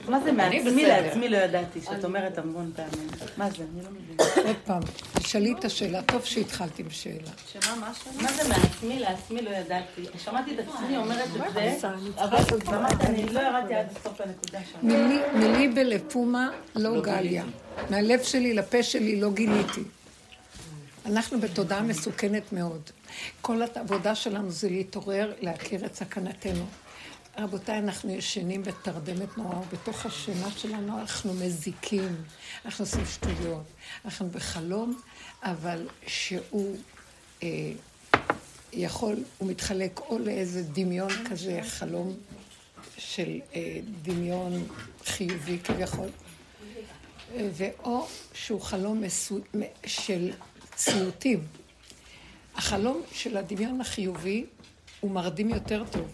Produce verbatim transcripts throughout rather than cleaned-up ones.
מה זה מעצמי לעצמי לא ידעתי, שאת אומרת המון פעמים. מה זה? אני לא מבינה. עוד פעם, תשאלי את השאלה, טוב שהתחלתי בשאלה. שמה, מה השאלה? מה זה מעצמי לעצמי לא ידעתי? שמעתי את עצמי אומרת את זה, אבל אני לא ירדתי עד הסוף הנקודה שם. מילי בלפומה לא גליה. מהלב שלי לפה שלי לא גיליתי. אנחנו בתודעה מסוכנת מאוד. כל העבודה שלנו זה להתעורר, להכיר את סכנתנו. רבותיי, אנחנו ישנים בתרדמת נורא, בתוך השינה שלנו אנחנו מזיקים, אנחנו עושים שטויות, אנחנו בחלום, אבל שהוא אה, יכול, הוא מתחלק או לאיזה דמיון כזה, חלום של אה, דמיון חיובי כביכול, אה, ואו שהוא חלום מסו, של ציוטים. החלום של הדמיון החיובי הוא מרדים יותר טוב.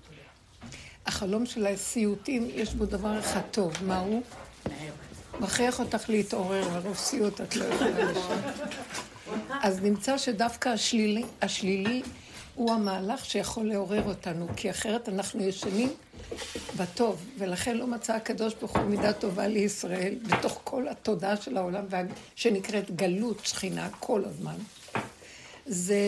החלום של הסיוטים, יש בו דבר אחד טוב. מה הוא? מכריח אותך להתעורר, מרוב סיוט את לא יכולה לשם. אז נמצא שדווקא השלילי, השלילי הוא המהלך שיכול לעורר אותנו, כי אחרת אנחנו ישנים בטוב, ולכן לא מצא הקדוש ברוך הוא מידה טובה לישראל, בתוך כל התודעה של העולם, שנקראת גלות שכינה כל הזמן. זה,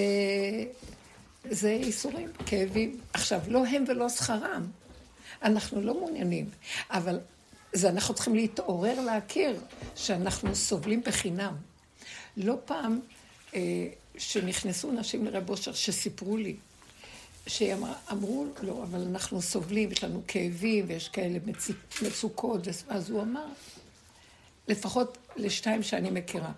זה איסורים, כאבים. עכשיו, לא הם ולא שכרם. אנחנו לא מעוניינים, אבל זה אנחנו צריכים להתעורר להכיר שאנחנו סובלים בחינם. לא פעם אה, שנכנסו נשים לרב אושר שסיפרו לי, שאמרו לו, אבל אנחנו סובלים, יש לנו כאבים ויש כאלה מצוקות, אז הוא אמר, לפחות לשתיים שאני מכירה,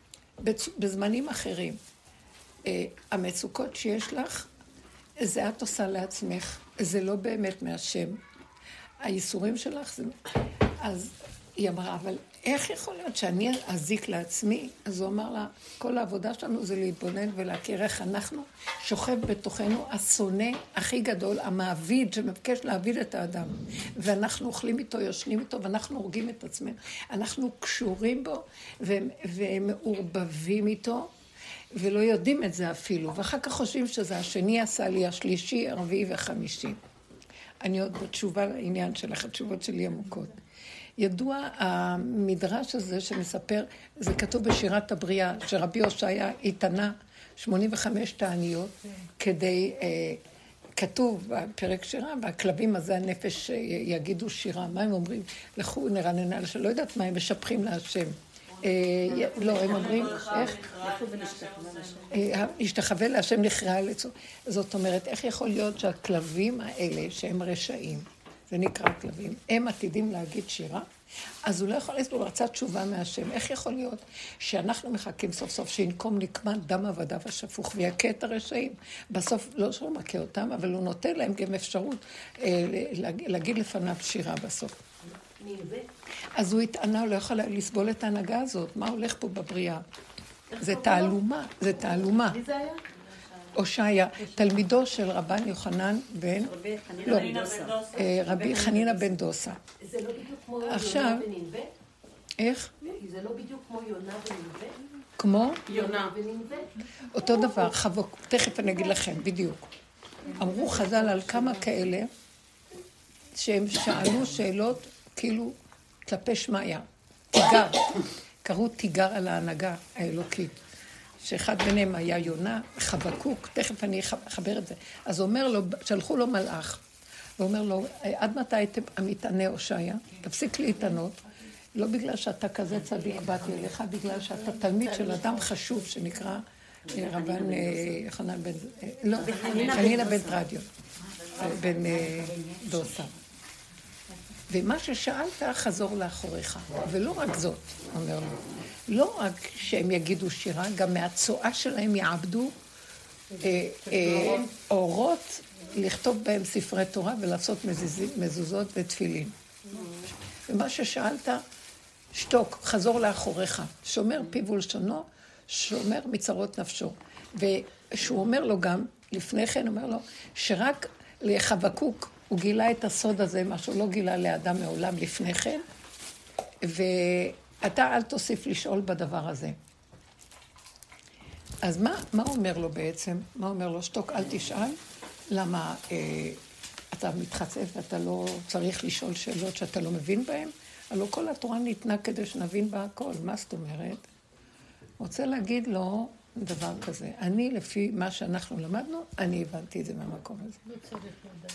בזמנים אחרים, אה, המצוקות שיש לך, זה את עושה לעצמך, זה לא באמת מהשם. הייסורים שלך זה... אז היא אמרה, אבל איך יכול להיות שאני אזיק לעצמי? אז הוא אמר לה, כל העבודה שלנו זה להתבונן ולהכיר איך אנחנו שוכב בתוכנו השונא הכי גדול, המעביד שמבקש להעביד את האדם. ואנחנו אוכלים איתו, יושנים איתו, ואנחנו הורגים את עצמנו. אנחנו קשורים בו ומעורבבים איתו, ולא יודעים את זה אפילו. ואחר כך חושבים שזה השני עשה לי, השלישי, הרביעי וחמישי. אני עוד בתשובה לעניין שלך, התשובות שלי עמוקות. ידוע המדרש הזה שמספר, זה כתוב בשירת הבריאה, שרבי הושעיה התענה שמונים וחמש תעניות, כדי, אה, כתוב בפרק שירה, והכלבים הזה הנפש יגידו שירה. מה הם אומרים? לכו נרננה, שלא יודעת מה הם משפחים להשם. לא, הם אומרים, איך? השתחווה להשם נכרעה לצור. זאת אומרת, איך יכול להיות שהכלבים האלה, שהם רשעים, זה נקרא כלבים, הם עתידים להגיד שירה? אז הוא לא יכול לסבור, רצה תשובה מהשם. איך יכול להיות שאנחנו מחכים סוף סוף שינקום נקמת דם עבדיו השפוך ויקה את הרשעים? בסוף, לא שהוא מכה אותם, אבל הוא נותן להם גם אפשרות להגיד לפניו שירה בסוף. אז הוא התענה, הוא לא יכול לסבול את ההנהגה הזאת. מה הולך פה בבריאה? זה תעלומה, זה תעלומה. מי זה היה? הושעיה, תלמידו של רבן יוחנן בן... לא, רבי חנינא בן דוסה. זה לא בדיוק כמו יונה וננבה? איך? זה לא בדיוק כמו יונה וננבה? כמו? יונה וננבה? אותו דבר, חבוק, תכף אני אגיד לכם, בדיוק. אמרו חז"ל על כמה כאלה, שהם שאלו שאלות כאילו כלפי שמעיה. תיגר, קראו תיגר על ההנהגה האלוקית. שאחד ביניהם היה יונה, חבקוק, תכף אני אחבר את זה. אז הוא אומר לו, שלחו לו מלאך, ואומר לו, עד מתי הייתם המתענה הושעיה? תפסיק להתענות, לא בגלל שאתה כזה צדיק באתי אליך, בגלל שאתה תלמיד של אדם חשוב שנקרא רבן יוחנן בן... לא, חנינא בן תרדיון, בן דוסה. ומה ששאלת, חזור לאחוריך. ולא רק זאת, אומר לו. לא רק שהם יגידו שירה, גם מהצועה שלהם יעבדו אה, אה, אורות, לכתוב בהם ספרי תורה ולעשות מזוזות ותפילין. ומה ששאלת, שתוק, חזור לאחוריך. שומר פיו ולשונו, שומר מצרות נפשו. ושהוא אומר לו גם, לפני כן אומר לו, שרק לחבקוק הוא גילה את הסוד הזה, מה שהוא לא גילה לאדם מעולם לפני כן, ואתה אל תוסיף לשאול בדבר הזה. אז מה, מה אומר לו בעצם? מה אומר לו? שתוק, אל תשאל. למה? אה, אתה מתחצף ואתה לא צריך לשאול שאלות שאתה לא מבין בהן, הלוא כל התורה ניתנה כדי שנבין בה הכל. מה זאת אומרת? רוצה להגיד לו דבר כזה. אני, לפי מה שאנחנו למדנו, אני הבנתי את זה מהמקום הזה. לא צריך לדעת.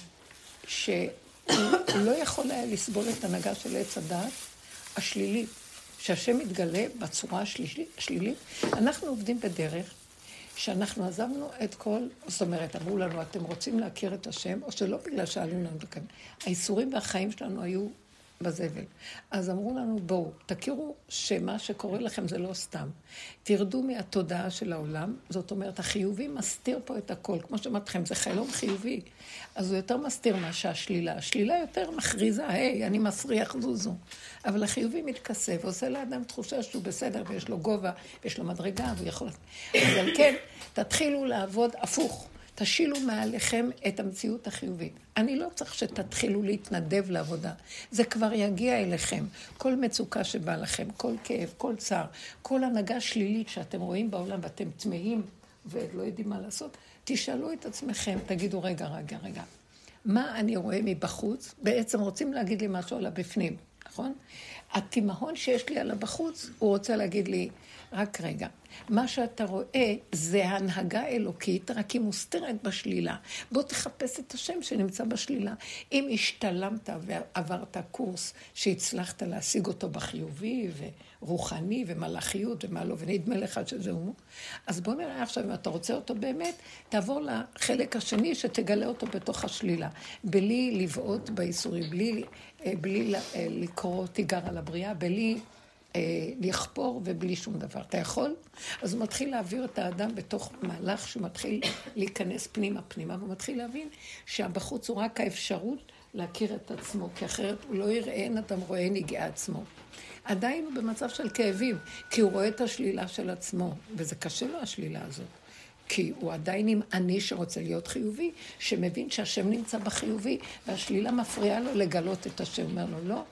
שהוא לא יכול היה לסבול את הנהגה של עץ הדעת השלילי, שהשם מתגלה בצורה השלילית. אנחנו עובדים בדרך שאנחנו עזבנו את כל, זאת אומרת, אמרו לנו, אתם רוצים להכיר את השם, או שלא בגלל שעלו לנו לכאן. האיסורים והחיים שלנו היו בזבל. אז אמרו לנו, בואו, תכירו שמה שקורה לכם זה לא סתם. תרדו מהתודעה של העולם, זאת אומרת, החיובי מסתיר פה את הכל. כמו שאמרתי לכם, זה חלום חיובי. אז הוא יותר מסתיר מה שהשלילה. השלילה יותר מכריזה, היי, אני מסריח זוזו. אבל החיובי מתכסה, ועושה לאדם תחושה שהוא בסדר, ויש לו גובה, ויש לו מדרגה, והוא יכול... אז על כן, תתחילו לעבוד הפוך. תשילו מעליכם את המציאות החיובית. אני לא צריך שתתחילו להתנדב לעבודה. זה כבר יגיע אליכם. כל מצוקה שבא לכם, כל כאב, כל צער, כל הנהגה שלילית שאתם רואים בעולם ואתם תמהים ולא יודעים מה לעשות, תשאלו את עצמכם, תגידו רגע, רגע, רגע. מה אני רואה מבחוץ? בעצם רוצים להגיד לי משהו על הבפנים, נכון? התימהון שיש לי על הבחוץ, הוא רוצה להגיד לי, רק רגע, מה שאתה רואה זה הנהגה אלוקית, רק היא מוסתרת בשלילה. בוא תחפש את השם שנמצא בשלילה. אם השתלמת ועברת קורס שהצלחת להשיג אותו בחיובי ורוחני ומלאכיות ומה לא, ונדמה לך שזהו, אז בוא נראה עכשיו, אם אתה רוצה אותו באמת, תעבור לחלק השני שתגלה אותו בתוך השלילה. בלי לבעוט באיסורים, בלי, בלי לקרוא תיגר על הבריאה, בלי... לכפור ובלי שום דבר. אתה יכול? אז הוא מתחיל להעביר את האדם בתוך מהלך שהוא מתחיל להיכנס פנימה פנימה, והוא מתחיל להבין שהבחוץ הוא רק האפשרות להכיר את עצמו, כי אחרת הוא לא יראה, אין אדם רואה נגיעה עצמו. עדיין הוא במצב של כאבים, כי הוא רואה את השלילה של עצמו, וזה קשה לו השלילה הזאת. כי הוא עדיין עם אני שרוצה להיות חיובי, שמבין שהשם נמצא בחיובי, והשלילה מפריעה לו לגלות את השם. אומר לו, לא.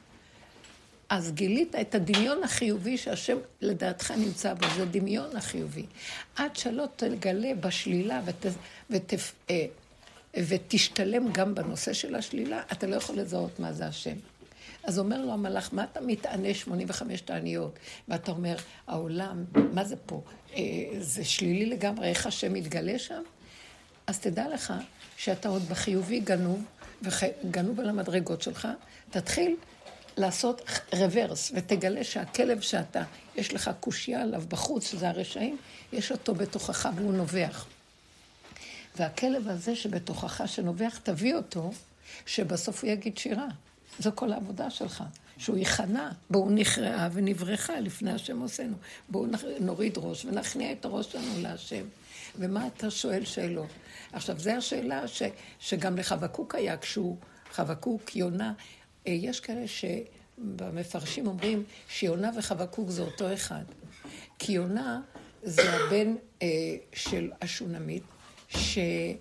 אז גילית את הדמיון החיובי שהשם לדעתך נמצא בו, זה דמיון החיובי. עד שלא תגלה בשלילה ות, ותפ, אה, ותשתלם גם בנושא של השלילה, אתה לא יכול לזהות מה זה השם. אז אומר לו המלאך, מה אתה מתענה שמונים וחמש תעניות? ואתה אומר, העולם, מה זה פה? אה, זה שלילי לגמרי, איך השם מתגלה שם? אז תדע לך שאתה עוד בחיובי גנוב, וגנוב על המדרגות שלך, תתחיל לעשות רוורס, ותגלה שהכלב שאתה, יש לך קושיה עליו בחוץ, שזה הרשעים, יש אותו בתוכך והוא נובח. והכלב הזה שבתוכך שנובח, תביא אותו, שבסוף הוא יגיד שירה. זו כל העבודה שלך. שהוא ייכנע, בואו נכרעה ונברכה לפני השם עושינו. בואו נוריד ראש ונכניע את הראש שלנו להשם. ומה אתה שואל שאלות? עכשיו, זו השאלה ש, שגם לחבקוק היה, כשהוא חבקוק, יונה, יש כאלה שבמפרשים אומרים שיונה וחבקוק זה אותו אחד. כי יונה זה הבן אה, של השונמית, שאלישע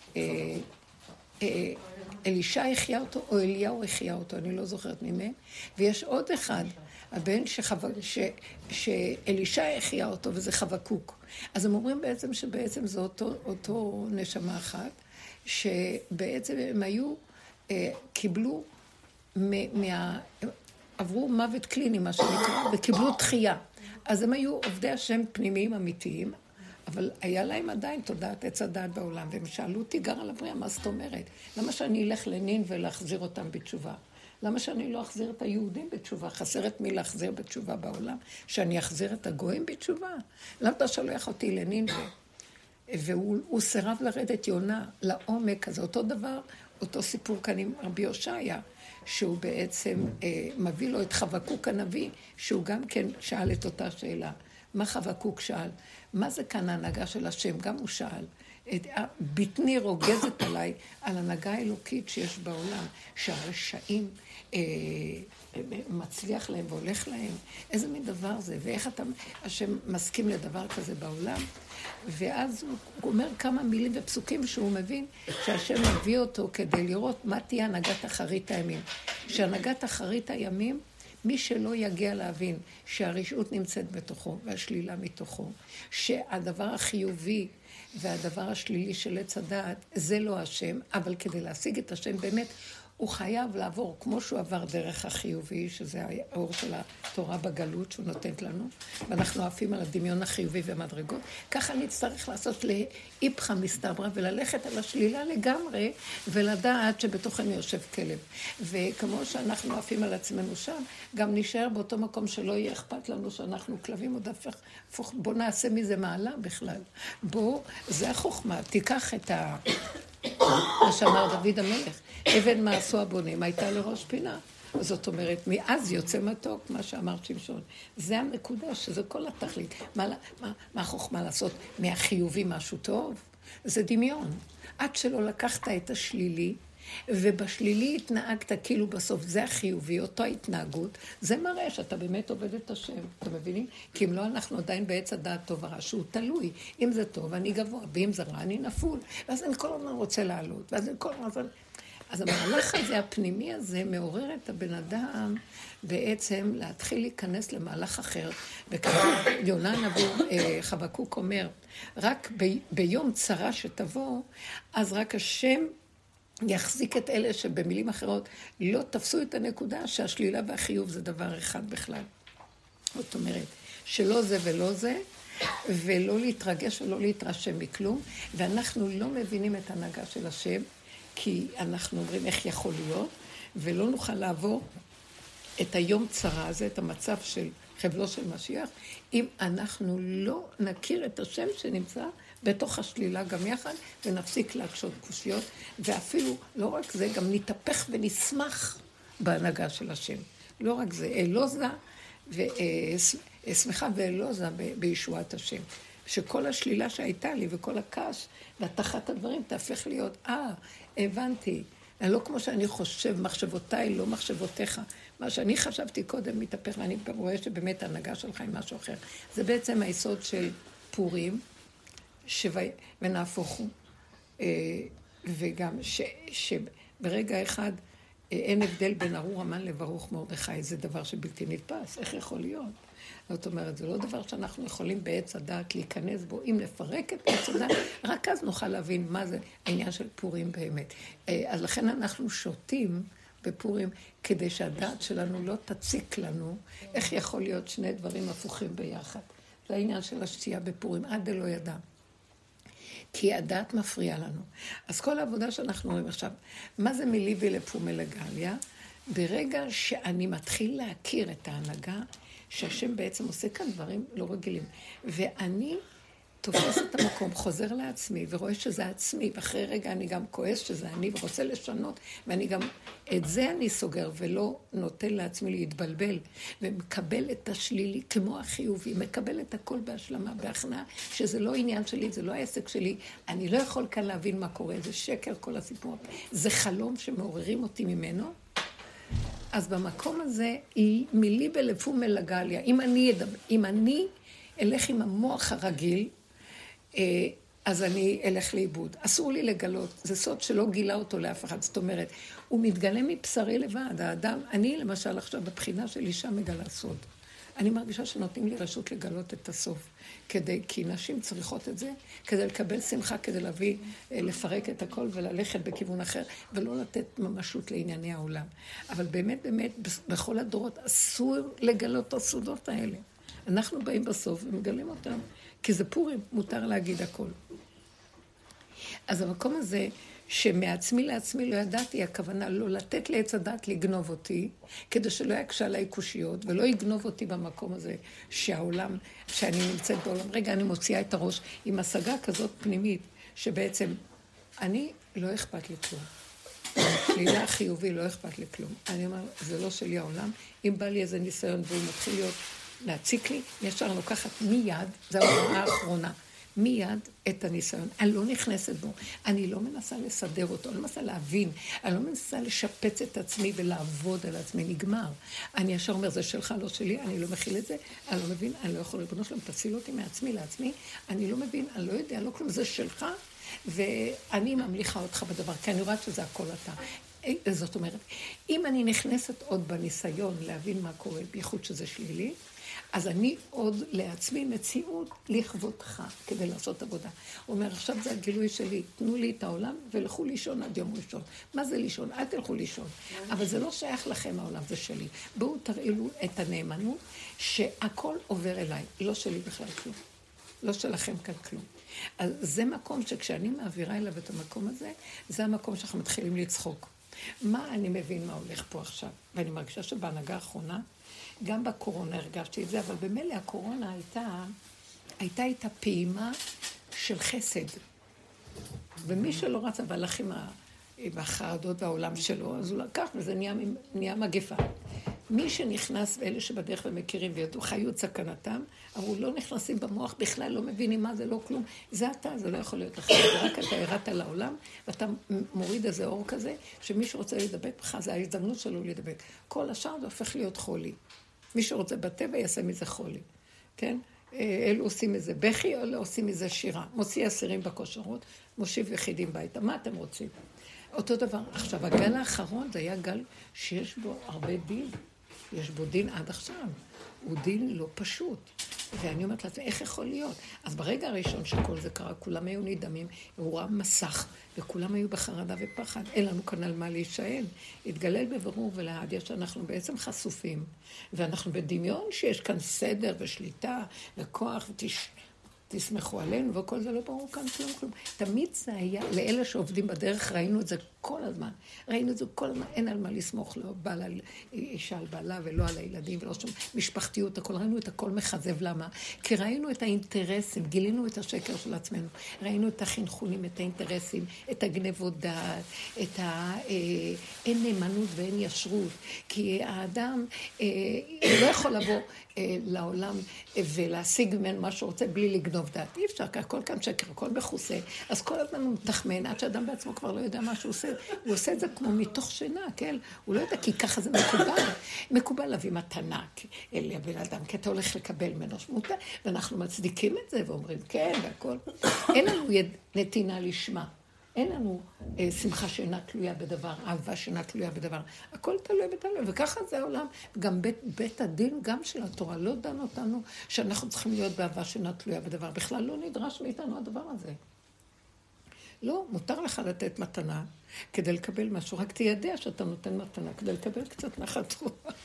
אה, אה, החיה אותו, או אליהו החיה אותו, אני לא זוכרת ממנו. ויש עוד אחד, הבן שחו... ש... שאלישע החיה אותו, וזה חבקוק. אז הם אומרים בעצם שבעצם זה אותו, אותו נשמה אחת, שבעצם הם היו, אה, קיבלו, מה... עברו מוות קליני, מה שנקרא, וקיבלו תחייה. אז הם היו עובדי השם פנימיים אמיתיים, אבל היה להם עדיין תודעת עץ הדעת בעולם, והם שאלו אותי גר על הבריאה, מה זאת אומרת? למה שאני אלך לנין ולהחזיר אותם בתשובה? למה שאני לא אחזיר את היהודים בתשובה? חסרת מי להחזיר בתשובה בעולם? שאני אחזיר את הגויים בתשובה? למה אתה שולח אותי לנין? והוא סירב לרדת יונה לעומק, אז אותו דבר, אותו סיפור כאן עם רבי יושעיה, שהוא בעצם אה, מביא לו את חבקוק הנביא, שהוא גם כן שאל את אותה שאלה. מה חבקוק שאל? מה זה כאן ההנהגה של השם? גם הוא שאל. בטני רוגזת עליי, על הנהגה האלוקית שיש בעולם, שהרשעים אה, מצליח להם והולך להם. איזה מין דבר זה? ואיך אתה, השם מסכים לדבר כזה בעולם? ואז הוא אומר כמה מילים ופסוקים שהוא מבין שהשם מביא אותו כדי לראות מה תהיה הנהגת אחרית הימים. שהנהגת אחרית הימים מי שלא יגיע להבין שהרשעות נמצאת בתוכו והשלילה מתוכו, שהדבר החיובי והדבר השלילי של עץ הדעת זה לא השם, אבל כדי להשיג את השם באמת הוא חייב לעבור כמו שהוא עבר דרך החיובי, שזה האור של התורה בגלות שהוא נותנת לנו, ואנחנו עפים על הדמיון החיובי ומדרגות, ככה נצטרך לעשות לאיפכא מסתברא וללכת על השלילה לגמרי, ולדעת שבתוכנו יושב כלב. וכמו שאנחנו עפים על עצמנו שם, גם נשאר באותו מקום שלא יהיה אכפת לנו שאנחנו כלבים עוד הפך, בוא נעשה מזה מעלה בכלל. בוא, זה החוכמה, תיקח את ה... מה שאמר דוד המלך, אבן מעשו הבונים, הייתה לראש פינה. זאת אומרת, מאז יוצא מתוק, מה שאמר שמשון. זה הנקודה, שזה כל התכלית. מה, מה, מה החוכמה לעשות מהחיובי משהו טוב? זה דמיון. עד שלא לקחת את השלילי, ובשלילי התנהגת כאילו בסוף זה החיובי, אותו התנהגות, זה מראה שאתה באמת עובד את השם, אתם מבינים? כי אם לא אנחנו עדיין בעץ הדעת טוב ורע, שהוא תלוי, אם זה טוב אני גבוה, ואם זה רע אני נפול, ואז אני כל הזמן רוצה לעלות, ואז אני כל הזמן... אז המהלך הזה, הפנימי הזה, מעורר את הבן אדם בעצם להתחיל להיכנס למהלך אחר, וככה יונה נביא חבקוק אומר, רק ב- ביום צרה שתבוא, אז רק השם יחזיק את אלה שבמילים אחרות לא תפסו את הנקודה שהשלילה והחיוב זה דבר אחד בכלל. זאת אומרת, שלא זה ולא זה, ולא להתרגש ולא להתרשם מכלום, ואנחנו לא מבינים את הנהגה של השם, כי אנחנו אומרים איך יכול להיות, ולא נוכל לעבור את היום צרה הזה, את המצב של חבלו של משיח, אם אנחנו לא נכיר את השם שנמצא בתוך השלילה גם יחד, ונפסיק להקשות קושיות, ואפילו לא רק זה, גם נתהפך ונשמח בהנהגה של השם. לא רק זה, אלוזה, ושמחה ואלוזה בישועת השם. שכל השלילה שהייתה לי וכל הכעס, והתחת הדברים תהפך להיות, אה, הבנתי, לא כמו שאני חושב, מחשבותיי, לא מחשבותיך. מה שאני חשבתי קודם מתהפך, ואני רואה שבאמת ההנהגה שלך היא משהו אחר. זה בעצם היסוד של פורים, שו... ונהפוך הוא, וגם ש... שברגע אחד אין הבדל בין ארור המן לברוך מרדכי, זה דבר שבלתי נתפס, איך יכול להיות? זאת אומרת, זה לא דבר שאנחנו יכולים בעץ הדעת להיכנס בו, אם לפרק את עץ הדעת, רק אז נוכל להבין מה זה העניין של פורים באמת. אז לכן אנחנו שותים בפורים, כדי שהדעת שלנו לא תציק לנו, איך יכול להיות שני דברים הפוכים ביחד. זה העניין של השתייה בפורים, עד לא ידע. כי הדעת מפריעה לנו. אז כל העבודה שאנחנו רואים עכשיו, מה זה מליבי לפומלגליה? ברגע שאני מתחיל להכיר את ההנהגה, שהשם בעצם עושה כאן דברים לא רגילים. ואני תופס את המקום, חוזר לעצמי, ורואה שזה עצמי, ואחרי רגע אני גם כועס שזה אני, ורוצה לשנות, ואני גם, את זה אני סוגר, ולא נותן לעצמי להתבלבל, ומקבל את השלילי כמו החיובי, מקבל את הכל בהשלמה, בהכנעה, שזה לא עניין שלי, זה לא העסק שלי, אני לא יכול כאן להבין מה קורה, זה שקר כל הסיפור, זה חלום שמעוררים אותי ממנו, אז במקום הזה, מילי בלפום מלגליה, אם אני, אם אני אלך עם המוח הרגיל, אז אני אלך לאיבוד. אסור לי לגלות, זה סוד שלא גילה אותו לאף אחד, זאת אומרת, הוא מתגלה מבשרי לבד, האדם, אני למשל עכשיו בבחינה של אישה מגלה סוד. אני מרגישה שנותנים לי רשות לגלות את הסוף, כדי, כי נשים צריכות את זה, כדי לקבל שמחה, כדי להביא, לפרק את הכל וללכת בכיוון אחר, ולא לתת ממשות לענייני העולם. אבל באמת, באמת, בכל הדורות אסור לגלות את הסודות האלה. אנחנו באים בסוף ומגלים אותם, כי זה פורים, מותר להגיד הכל. אז המקום הזה, שמעצמי לעצמי לא ידעתי, הכוונה לא לתת לעץ הדת לגנוב אותי, כדי שלא יקשה עליי קושיות, ולא יגנוב אותי במקום הזה, שהעולם, שאני נמצאת בעולם, רגע, אני מוציאה את הראש עם השגה כזאת פנימית, שבעצם אני לא אכפת לי כלום. שלילה חיובי לא אכפת לי כלום. אני אומר, זה לא שלי העולם, אם בא לי איזה ניסיון והוא מתחיל להיות להציק לי, ישר לוקחת מיד, זו ההוראה האחרונה, מיד את הניסיון. אני לא נכנסת בו, אני לא מנסה לסדר אותו, אני לא מנסה להבין, אני לא מנסה לשפץ את עצמי ולעבוד על עצמי, נגמר. אני ישר אומר, זה שלך, לא שלי, אני לא מכיל את זה, אני לא מבין, אני לא יכול, ריבונו שלום, תציל אותי מעצמי לעצמי, אני לא מבין, אני לא יודע, לא כלום, זה שלך, ואני ממליכה אותך בדבר, כי אני רואה שזה הכל אתה. זאת אומרת, אם אני נכנסת עוד בניסיון להבין מה קורה, בייחוד שזה שלילי, אז אני עוד לעצמי מציאות לכבודך כדי לעשות עבודה. הוא אומר, עכשיו זה הגילוי שלי, תנו לי את העולם ולכו לישון עד יום ראשון. מה זה לישון? אל תלכו לישון. אבל זה לא שייך לכם העולם, זה שלי. בואו תראילו את הנאמנות שהכל עובר אליי, לא שלי בכלל כלום. לא שלכם כאן כלום. אז זה מקום שכשאני מעבירה אליו את המקום הזה, זה המקום שאנחנו מתחילים לצחוק. מה אני מבין מה הולך פה עכשיו? ואני מרגישה שבהנהגה האחרונה, גם בקורונה הרגשתי את זה, אבל במילא הקורונה הייתה, הייתה איתה פעימה של חסד. ומי שלא רצה והלך עם, ה, עם החרדות והעולם שלו, אז הוא לקח וזה נהיה, נהיה מגפה. מי שנכנס, ואלה שבדרך ומכירים וידעו, חיו את סכנתם, אבל לא נכנסים במוח, בכלל לא מבינים מה זה, לא כלום. זה אתה, זה לא יכול להיות לך. רק אתה הראת לעולם, ואתה מוריד איזה אור כזה, שמי שרוצה להידבק בך, זה ההזדמנות שלו להידבק. כל השאר זה הופך להיות חולי. מי שרוצה בטבע יעשה מזה חולי. כן? אלו עושים מזה בכי, אלו עושים מזה שירה. מוציא אסירים בכושרות, מושיב יחידים ביתה. מה אתם רוצים? אותו דבר. עכשיו, הגל האחרון זה היה גל שיש בו הרבה דין. יש בו דין עד עכשיו. הוא דין לא פשוט. ואני אומרת לעצמי, איך יכול להיות? אז ברגע הראשון שכל זה קרה, כולם היו נדהמים, הוא ראה מסך, וכולם היו בחרדה ופחד. אין לנו כאן על מה להישאל. התגלל בברור ולהדיה שאנחנו בעצם חשופים, ואנחנו בדמיון שיש כאן סדר ושליטה וכוח ותש... תסמכו עלינו, וכל זה לא ברור כאן כלום כלום. תמיד זה היה, לאלה שעובדים בדרך, ראינו את זה כל הזמן. ראינו את זה כל הזמן, אין על מה לסמוך, לא בעל על אישה על בעלה ולא על הילדים, ולא שום משפחתיות, הכל. ראינו את הכל מחזב, למה? כי ראינו את האינטרסים, גילינו את השקר של עצמנו. ראינו את החינכונים, את האינטרסים, את הגנבות דעת, את ה... אין נאמנות ואין ישרות. כי האדם לא יכול לבוא לעולם ולהשיג ממנו מה שרוצה בלי לגנוב דעת. אי אפשר, כי הכל כאן שקר, הכל מכוסה. אז כל הזמן הוא מתחמן, עד שאדם בעצמו כבר לא יודע מה שהוא עושה. הוא עושה את זה כמו מתוך שינה, כן? הוא לא יודע, כי ככה זה מקובל. מקובל להביא מתנה אל הבן אדם, כי אתה הולך לקבל ממנו שמותה, ואנחנו מצדיקים את זה ואומרים כן, והכל. אין לנו נתינה לשמה. אין לנו אה, שמחה שאינה תלויה בדבר, אהבה שאינה תלויה בדבר. הכל תלוי בתלוי, וככה זה העולם. גם בית, בית הדין, גם של התורה, לא דן אותנו שאנחנו צריכים להיות באהבה שאינה תלויה בדבר. בכלל לא נדרש מאיתנו הדבר הזה. לא, מותר לך לתת מתנה כדי לקבל משהו, רק תידע שאתה נותן מתנה כדי לקבל קצת נחת רוח.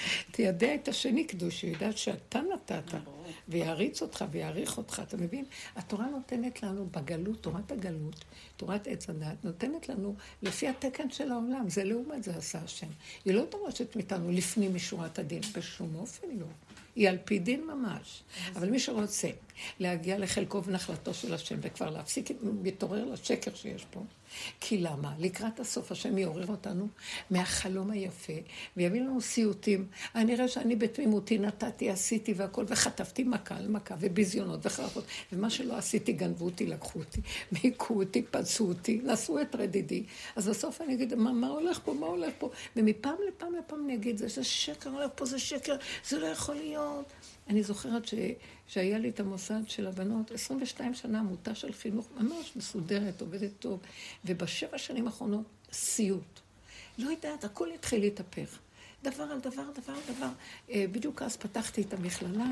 תידע את השני קדוש, שידע שאתה נתת, ויעריץ אותך ויעריך אותך, אתה מבין? התורה נותנת לנו בגלות, תורת הגלות, תורת עץ הדת, נותנת לנו לפי התקן של העולם, זה לעומת זה עשה השם. היא לא דורשת מאיתנו לפנים משורת הדין, בשום אופן לא. היא על פי דין ממש. אבל מי שרוצה להגיע לחלקו ונחלתו של השם, וכבר להפסיק, להתעורר לשקר שיש פה. כי למה? לקראת הסוף השם יעורר אותנו מהחלום היפה, ויביא לנו סיוטים. אני רואה שאני בתמימותי נתתי, עשיתי והכל, וחטפתי מכה על מכה, ובזיונות וחרפות, ומה שלא עשיתי גנבו אותי, לקחו אותי, מעיקו אותי, פצעו אותי, נשאו את רדידי. אז בסוף אני אגיד, מה, מה הולך פה, מה הולך פה? ומפעם לפעם לפעם אני אגיד, זה, זה שקר, הולך פה, זה שקר, זה לא יכול להיות. אני זוכרת ש... שהיה לי את המוסד של הבנות, עשרים ושתיים שנה עמותה של חינוך ממש מסודרת, עובדת טוב, ובשבע שנים האחרונות סיוט. לא יודעת, הכל התחיל להתהפך. דבר על דבר, דבר על דבר. בדיוק אז פתחתי את המכללה,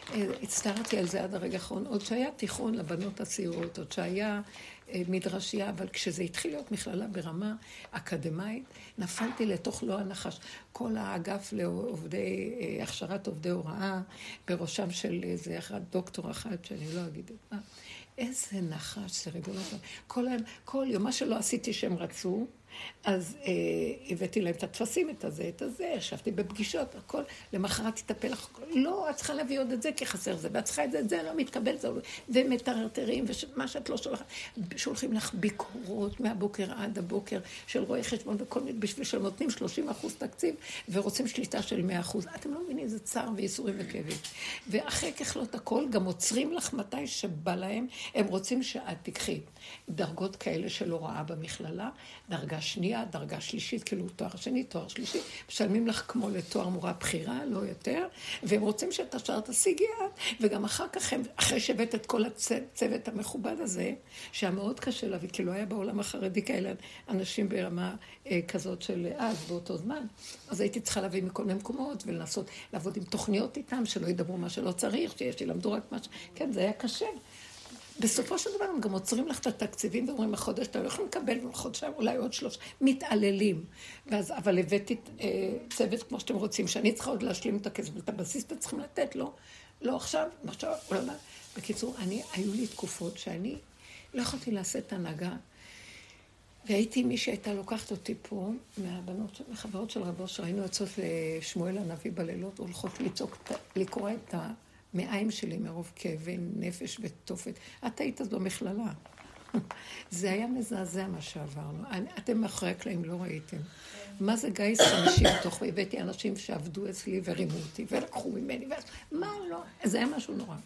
הצטערתי על זה עד הרגע האחרון, עוד שהיה תיכון לבנות הצעירות, עוד שהיה מדרשייה, אבל כשזה התחיל להיות מכללה ברמה אקדמית, נפלתי לתוך לא הנחש. כל האגף לעובדי, הכשרת עובדי הוראה, בראשם של איזה אחד, דוקטור אחד, שאני לא אגיד את מה, איזה נחש, זה רגע לא טוב. כל, כל יום, מה שלא עשיתי שהם רצו, אז אה, הבאתי להם את התפסים, את הזה, את הזה, ישבתי בפגישות, הכל, למחרת התאפל לך, לא, את צריכה להביא עוד את זה, כי חסר זה, ואת צריכה את זה, את זה לא מתקבל, זה לא, ומטרטרים, ומה שאת לא שולחת, שולחים לך ביקורות מהבוקר עד הבוקר, של רואי חשבון וכל מיני, בשביל שנותנים שלושים אחוז תקציב, ורוצים שליטה של מאה אחוז. אתם לא מבינים, זה צער וייסורים וכאבים. ואחרי ככלות הכל, גם עוצרים לך מתי שבא להם, הם רוצים שאת תקחי דרגות כאלה של הוראה במכללה, דרגה שנייה, דרגה שלישית, כאילו תואר שני, תואר שלישי, משלמים לך כמו לתואר מורה בחירה, לא יותר, והם רוצים שאת השאר תשיגי את, וגם אחר כך, הם, אחרי שהבאת את כל הצוות המכובד הזה, שהיה מאוד קשה להביא, כי לא היה בעולם החרדי כאלה אנשים ברמה אה, כזאת של אז, באותו זמן, אז הייתי צריכה להביא מכל מיני מקומות, ולנסות לעבוד עם תוכניות איתם, שלא ידברו מה שלא צריך, שיש, ילמדו רק מה ש... כן, זה היה קשה. בסופו של דבר הם גם עוצרים לך את התקציבים ואומרים, החודש אתה לא יכול לקבל, חודשיים, אולי עוד שלוש, מתעללים. ואז, אבל הבאתי אה, צוות כמו שאתם רוצים, שאני צריכה עוד להשלים את הכסף, את הבסיס אתם צריכים לתת, לא, לא עכשיו, עכשיו, אולי. בקיצור, אני, היו לי תקופות שאני לא יכולתי לעשות הנהגה, והייתי מי שהייתה לוקחת אותי פה, מהבנות, מחברות של רבו, שראינו יוצאות לשמואל הנביא בלילות, הולכות לצעוק, לקרוא את ה... מעיים שלי מרוב כאבי נפש ותופת. את היית אז במכללה. זה היה מזעזע מה שעברנו. אתם מאחורי הקלעים לא ראיתם. מה זה גיס חמישים תוך, והבאתי אנשים שעבדו אצלי ורימו אותי ולקחו ממני. מה לא? זה היה משהו נורא.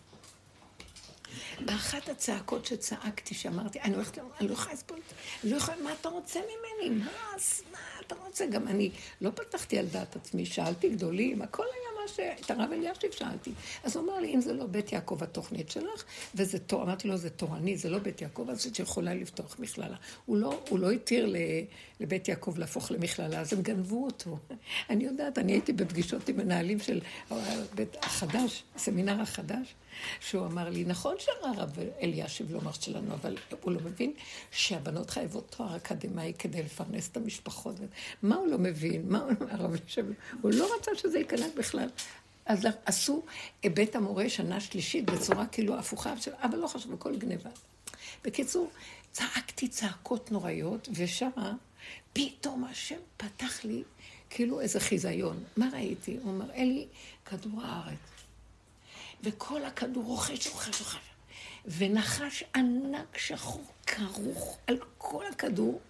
באחת הצעקות שצעקתי, שאמרתי, אני הולכת, אני לא יכולה לסבול, אני לא יכולה, מה אתה רוצה ממני? מה, מה אתה רוצה? גם אני לא פתחתי על דעת עצמי, שאלתי גדולים, הכל היה מה ש... את הרב אלישיב שאלתי. אז הוא אמר לי, אם זה לא בית יעקב התוכנית שלך, וזה תור, אמרתי לו, זה תורני, זה לא בית יעקב, אז שיכולה לפתוח מכללה. הוא לא, הוא לא התיר לבית יעקב להפוך למכללה, אז הם גנבו אותו. אני יודעת, אני הייתי בפגישות עם מנהלים של בית החדש, הסמינר החדש, שהוא אמר לי, נכון שהרב אלישיב לא מרש שלנו, אבל הוא לא מבין שהבנות חייבות תואר אקדמי כדי לפרנס את המשפחות. מה הוא לא מבין? מה הוא הרב אלישיב? הוא לא רצה שזה ייכנס בכלל. אז עשו בית המורה שנה שלישית בצורה כאילו הפוכה, אבל לא חשוב, הכל גניבה. בקיצור, צעקתי צעקות נוראיות, ושמה פתאום השם פתח לי כאילו איזה חיזיון. מה ראיתי? הוא אומר, אלי, כדור הארץ. וכל הכדור רוחש, רוחש, רוחש. ונחש ענק שחור כרוך על כל הכדור,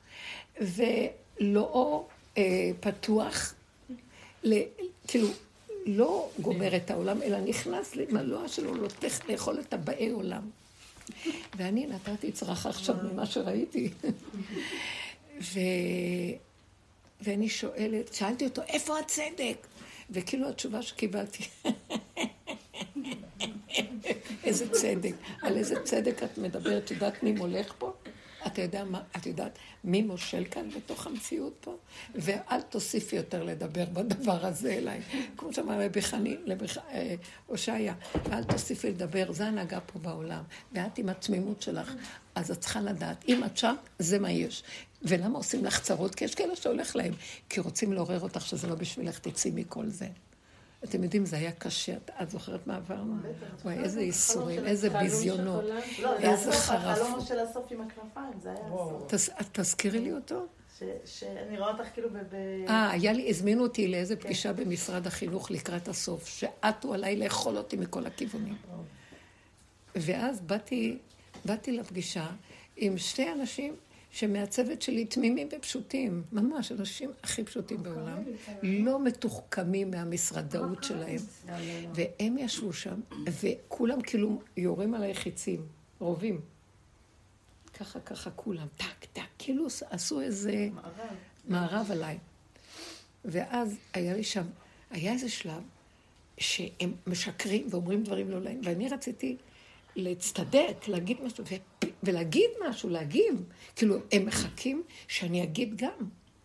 ולא אה, פתוח, ל, כאילו, לא גומר את העולם, אלא נכנס למלוע שלו, לותך לאכול את הבאי עולם. ואני נתתי צרחה עכשיו ממה שראיתי. ו... ואני שואלת, שאלתי אותו, איפה הצדק? וכאילו התשובה שקיבלתי, איזה צדק, על איזה צדק את מדברת, יודעת מי מולך פה? את יודעת, מה, את יודעת מי מושל כאן בתוך המציאות פה? ואל תוסיפי יותר לדבר בדבר הזה אליי. כמו שאמר רבי חנין, הושעיה, ואל תוסיפי לדבר, זה הנהגה פה בעולם. ואת עם התמימות שלך, אז את צריכה לדעת, אם את שם, זה מה יש. ולמה עושים לך צרות? כי יש כאלה שהולך להם, כי רוצים לעורר אותך שזה לא בשבילך, תצאי מכל זה. אתם יודעים, זה היה קשה. את זוכרת מה עברנו? וואי, איזה איסורים, איזה ביזיונות, איזה חרפות. החלום של הסוף עם הכנפיים, זה היה הסוף. תזכירי לי אותו? שאני רואה אותך כאילו ב... אה, היה לי, הזמינו אותי לאיזה פגישה במשרד החינוך לקראת הסוף, שעטו עליי לאכול אותי מכל הכיוונים. ואז באתי, באתי לפגישה עם שתי אנשים, שמהצוות שלי תמימים ופשוטים, ממש, אנשים הכי פשוטים בעולם, לא מתוחכמים מהמשרדאות שלהם. והם ישבו שם, וכולם כאילו יורים עליי חיצים, רובים. ככה, ככה, כולם, טק, טק, כאילו עשו איזה מערב עליי. ואז היה לי שם, היה איזה שלב, שהם משקרים ואומרים דברים לא להם, ואני רציתי להצטדק, להגיד משהו, ולהגיד משהו, להגיב. כאילו, הם מחכים שאני אגיד גם.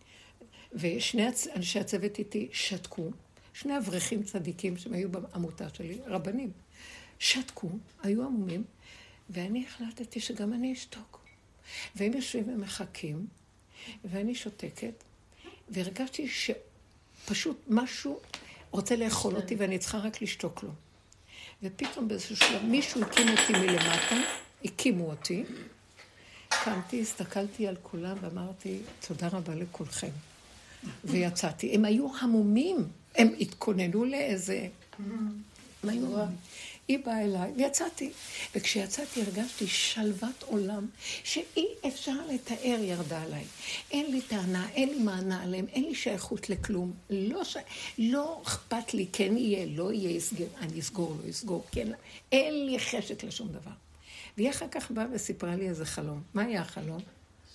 ושני אנשי הצוות איתי שתקו, שני אברכים צדיקים שהם היו בעמותה שלי, רבנים, שתקו, היו עמומים, ואני החלטתי שגם אני אשתוק. והם יושבים ומחכים, ואני שותקת, והרגשתי שפשוט משהו רוצה לאכול אותי, ואני צריכה רק לשתוק לו. ופתאום באיזשהו שלב מישהו הקים אותי מלמטה, הקימו אותי, קמתי, הסתכלתי על כולם ואמרתי, תודה רבה לכולכם. ויצאתי. הם היו המומים, הם התכוננו לאיזה... מה היו? היא באה אליי, ויצאתי. וכשיצאתי הרגשתי שלוות עולם, שאי אפשר לתאר ירדה עליי. אין לי טענה, אין לי מענה עליהם, אין לי שייכות לכלום. לא, ש... לא אכפת לי, כן יהיה, לא יהיה, יסגר, אני אסגור, לא אסגור, כן. אין לי חשק לשום דבר. והיא אחר כך באה וסיפרה לי איזה חלום. מה היה החלום?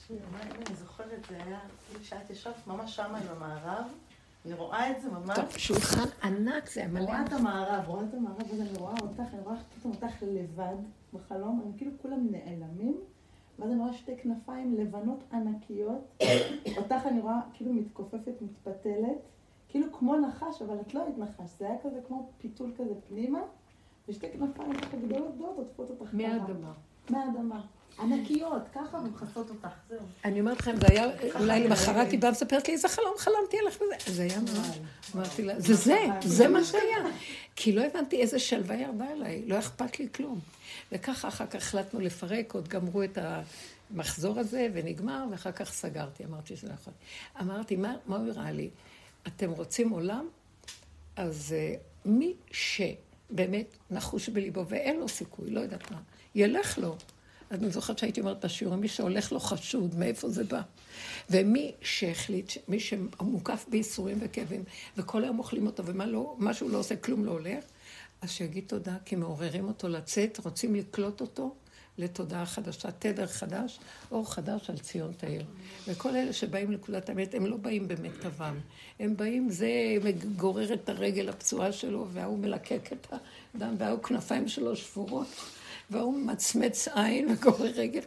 אני זוכרת, זה היה, כאילו שאת ישבת ממש שם עם המערב, אני רואה את זה ממש. טוב, שולחן ענק, זה מלא. רואה את המערב, רואה את המערב, ואז אני רואה אותך, אני רואה פתאום אותך לבד בחלום, הם כאילו כולם נעלמים, ואז אני רואה שתי כנפיים לבנות ענקיות, אותך אני רואה כאילו מתכופפת, מתפתלת, כאילו כמו נחש, אבל את לא היית נחש, זה היה כזה כמו פיתול כזה פנימה, ושתי כנפיים ככה גדולות גדולות, עוטפות אותך ככה. מהאדמה. מהאדמה. ענקיות, ככה ומחסות אותך, זהו. אני אומרת לכם, זה היה, אולי למחרת היא באה מספרת לי, איזה חלום חלמתי עליך וזה. זה היה מה? אמרתי לה, זה זה, זה מה שהיה. כי לא הבנתי איזה שלווה ירדה עליי, לא אכפת לי כלום. וככה אחר כך החלטנו לפרק, עוד גמרו את המחזור הזה ונגמר, ואחר כך סגרתי, אמרתי שזה נכון. אמרתי, מה הוא הראה לי? אתם רוצים עולם? אז מי שבאמת נחוש בליבו ואין לו סיכוי, לא יודעת מה, ילך לו. אז אני זוכרת שהייתי אומרת בשיעורים, מי שהולך לו חשוד, מאיפה זה בא? ומי שהחליט, מי שמוקף בייסורים וכאבים, וכל היום אוכלים אותו, ומה לא, משהו לא עושה, כלום לא הולך, אז שיגיד תודה, כי מעוררים אותו לצאת, רוצים לקלוט אותו לתודעה חדשה, תדר חדש, אור חדש על ציון תאיר. וכל אלה שבאים לנקודת האמת, הם לא באים במיטבם. הם באים, זה גורר את הרגל הפצועה שלו, והוא מלקק את הדם, והוא כנפיים שלו שבורות. והוא מצמץ עין וגורר רגל.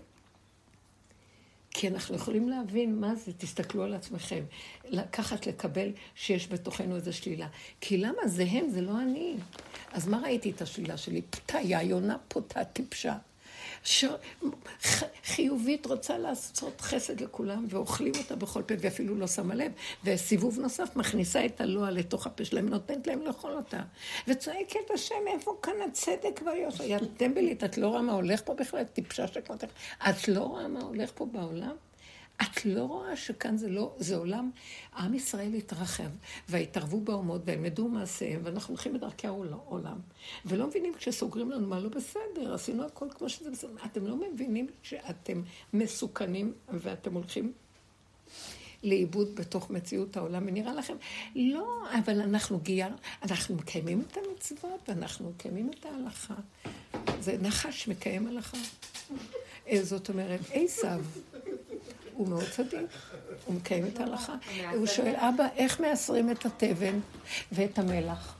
כי אנחנו יכולים להבין מה זה, תסתכלו על עצמכם. לקחת, לקבל שיש בתוכנו איזו שלילה. כי למה זה הם, זה לא אני. אז מה ראיתי את השלילה שלי? פתיה, יונה פותה, טיפשה. ש... חיובית רוצה לעשות חסד לכולם, ואוכלים אותה בכל פה, ואפילו לא שמה לב. וסיבוב נוסף מכניסה את הלוע לתוך הפה שלהם, נותנת להם לאכול אותה. וצועקת השם, איפה כאן הצדק והיושר? יא טמבלית, את לא רואה מה הולך פה בכלל? טיפשה שכמותך. את לא רואה מה הולך פה בעולם? את לא רואה שכאן זה לא, זה עולם, עם ישראל התרחב, והתערבו באומות, וילמדו מעשיהם, ואנחנו הולכים בדרכי העולם, ולא מבינים כשסוגרים לנו מה לא בסדר, עשינו הכל כמו שזה בסדר, אתם לא מבינים שאתם מסוכנים, ואתם הולכים לאיבוד בתוך מציאות העולם, ונראה לכם, לא, אבל אנחנו גייר, אנחנו מקיימים את המצוות, אנחנו מקיימים את ההלכה, זה נחש מקיים הלכה. זאת אומרת, עשיו, הוא מאוד צדיק, הוא מקיים את ההלכה. הוא שואל, אבא, איך מאסרים את התבן ואת המלח?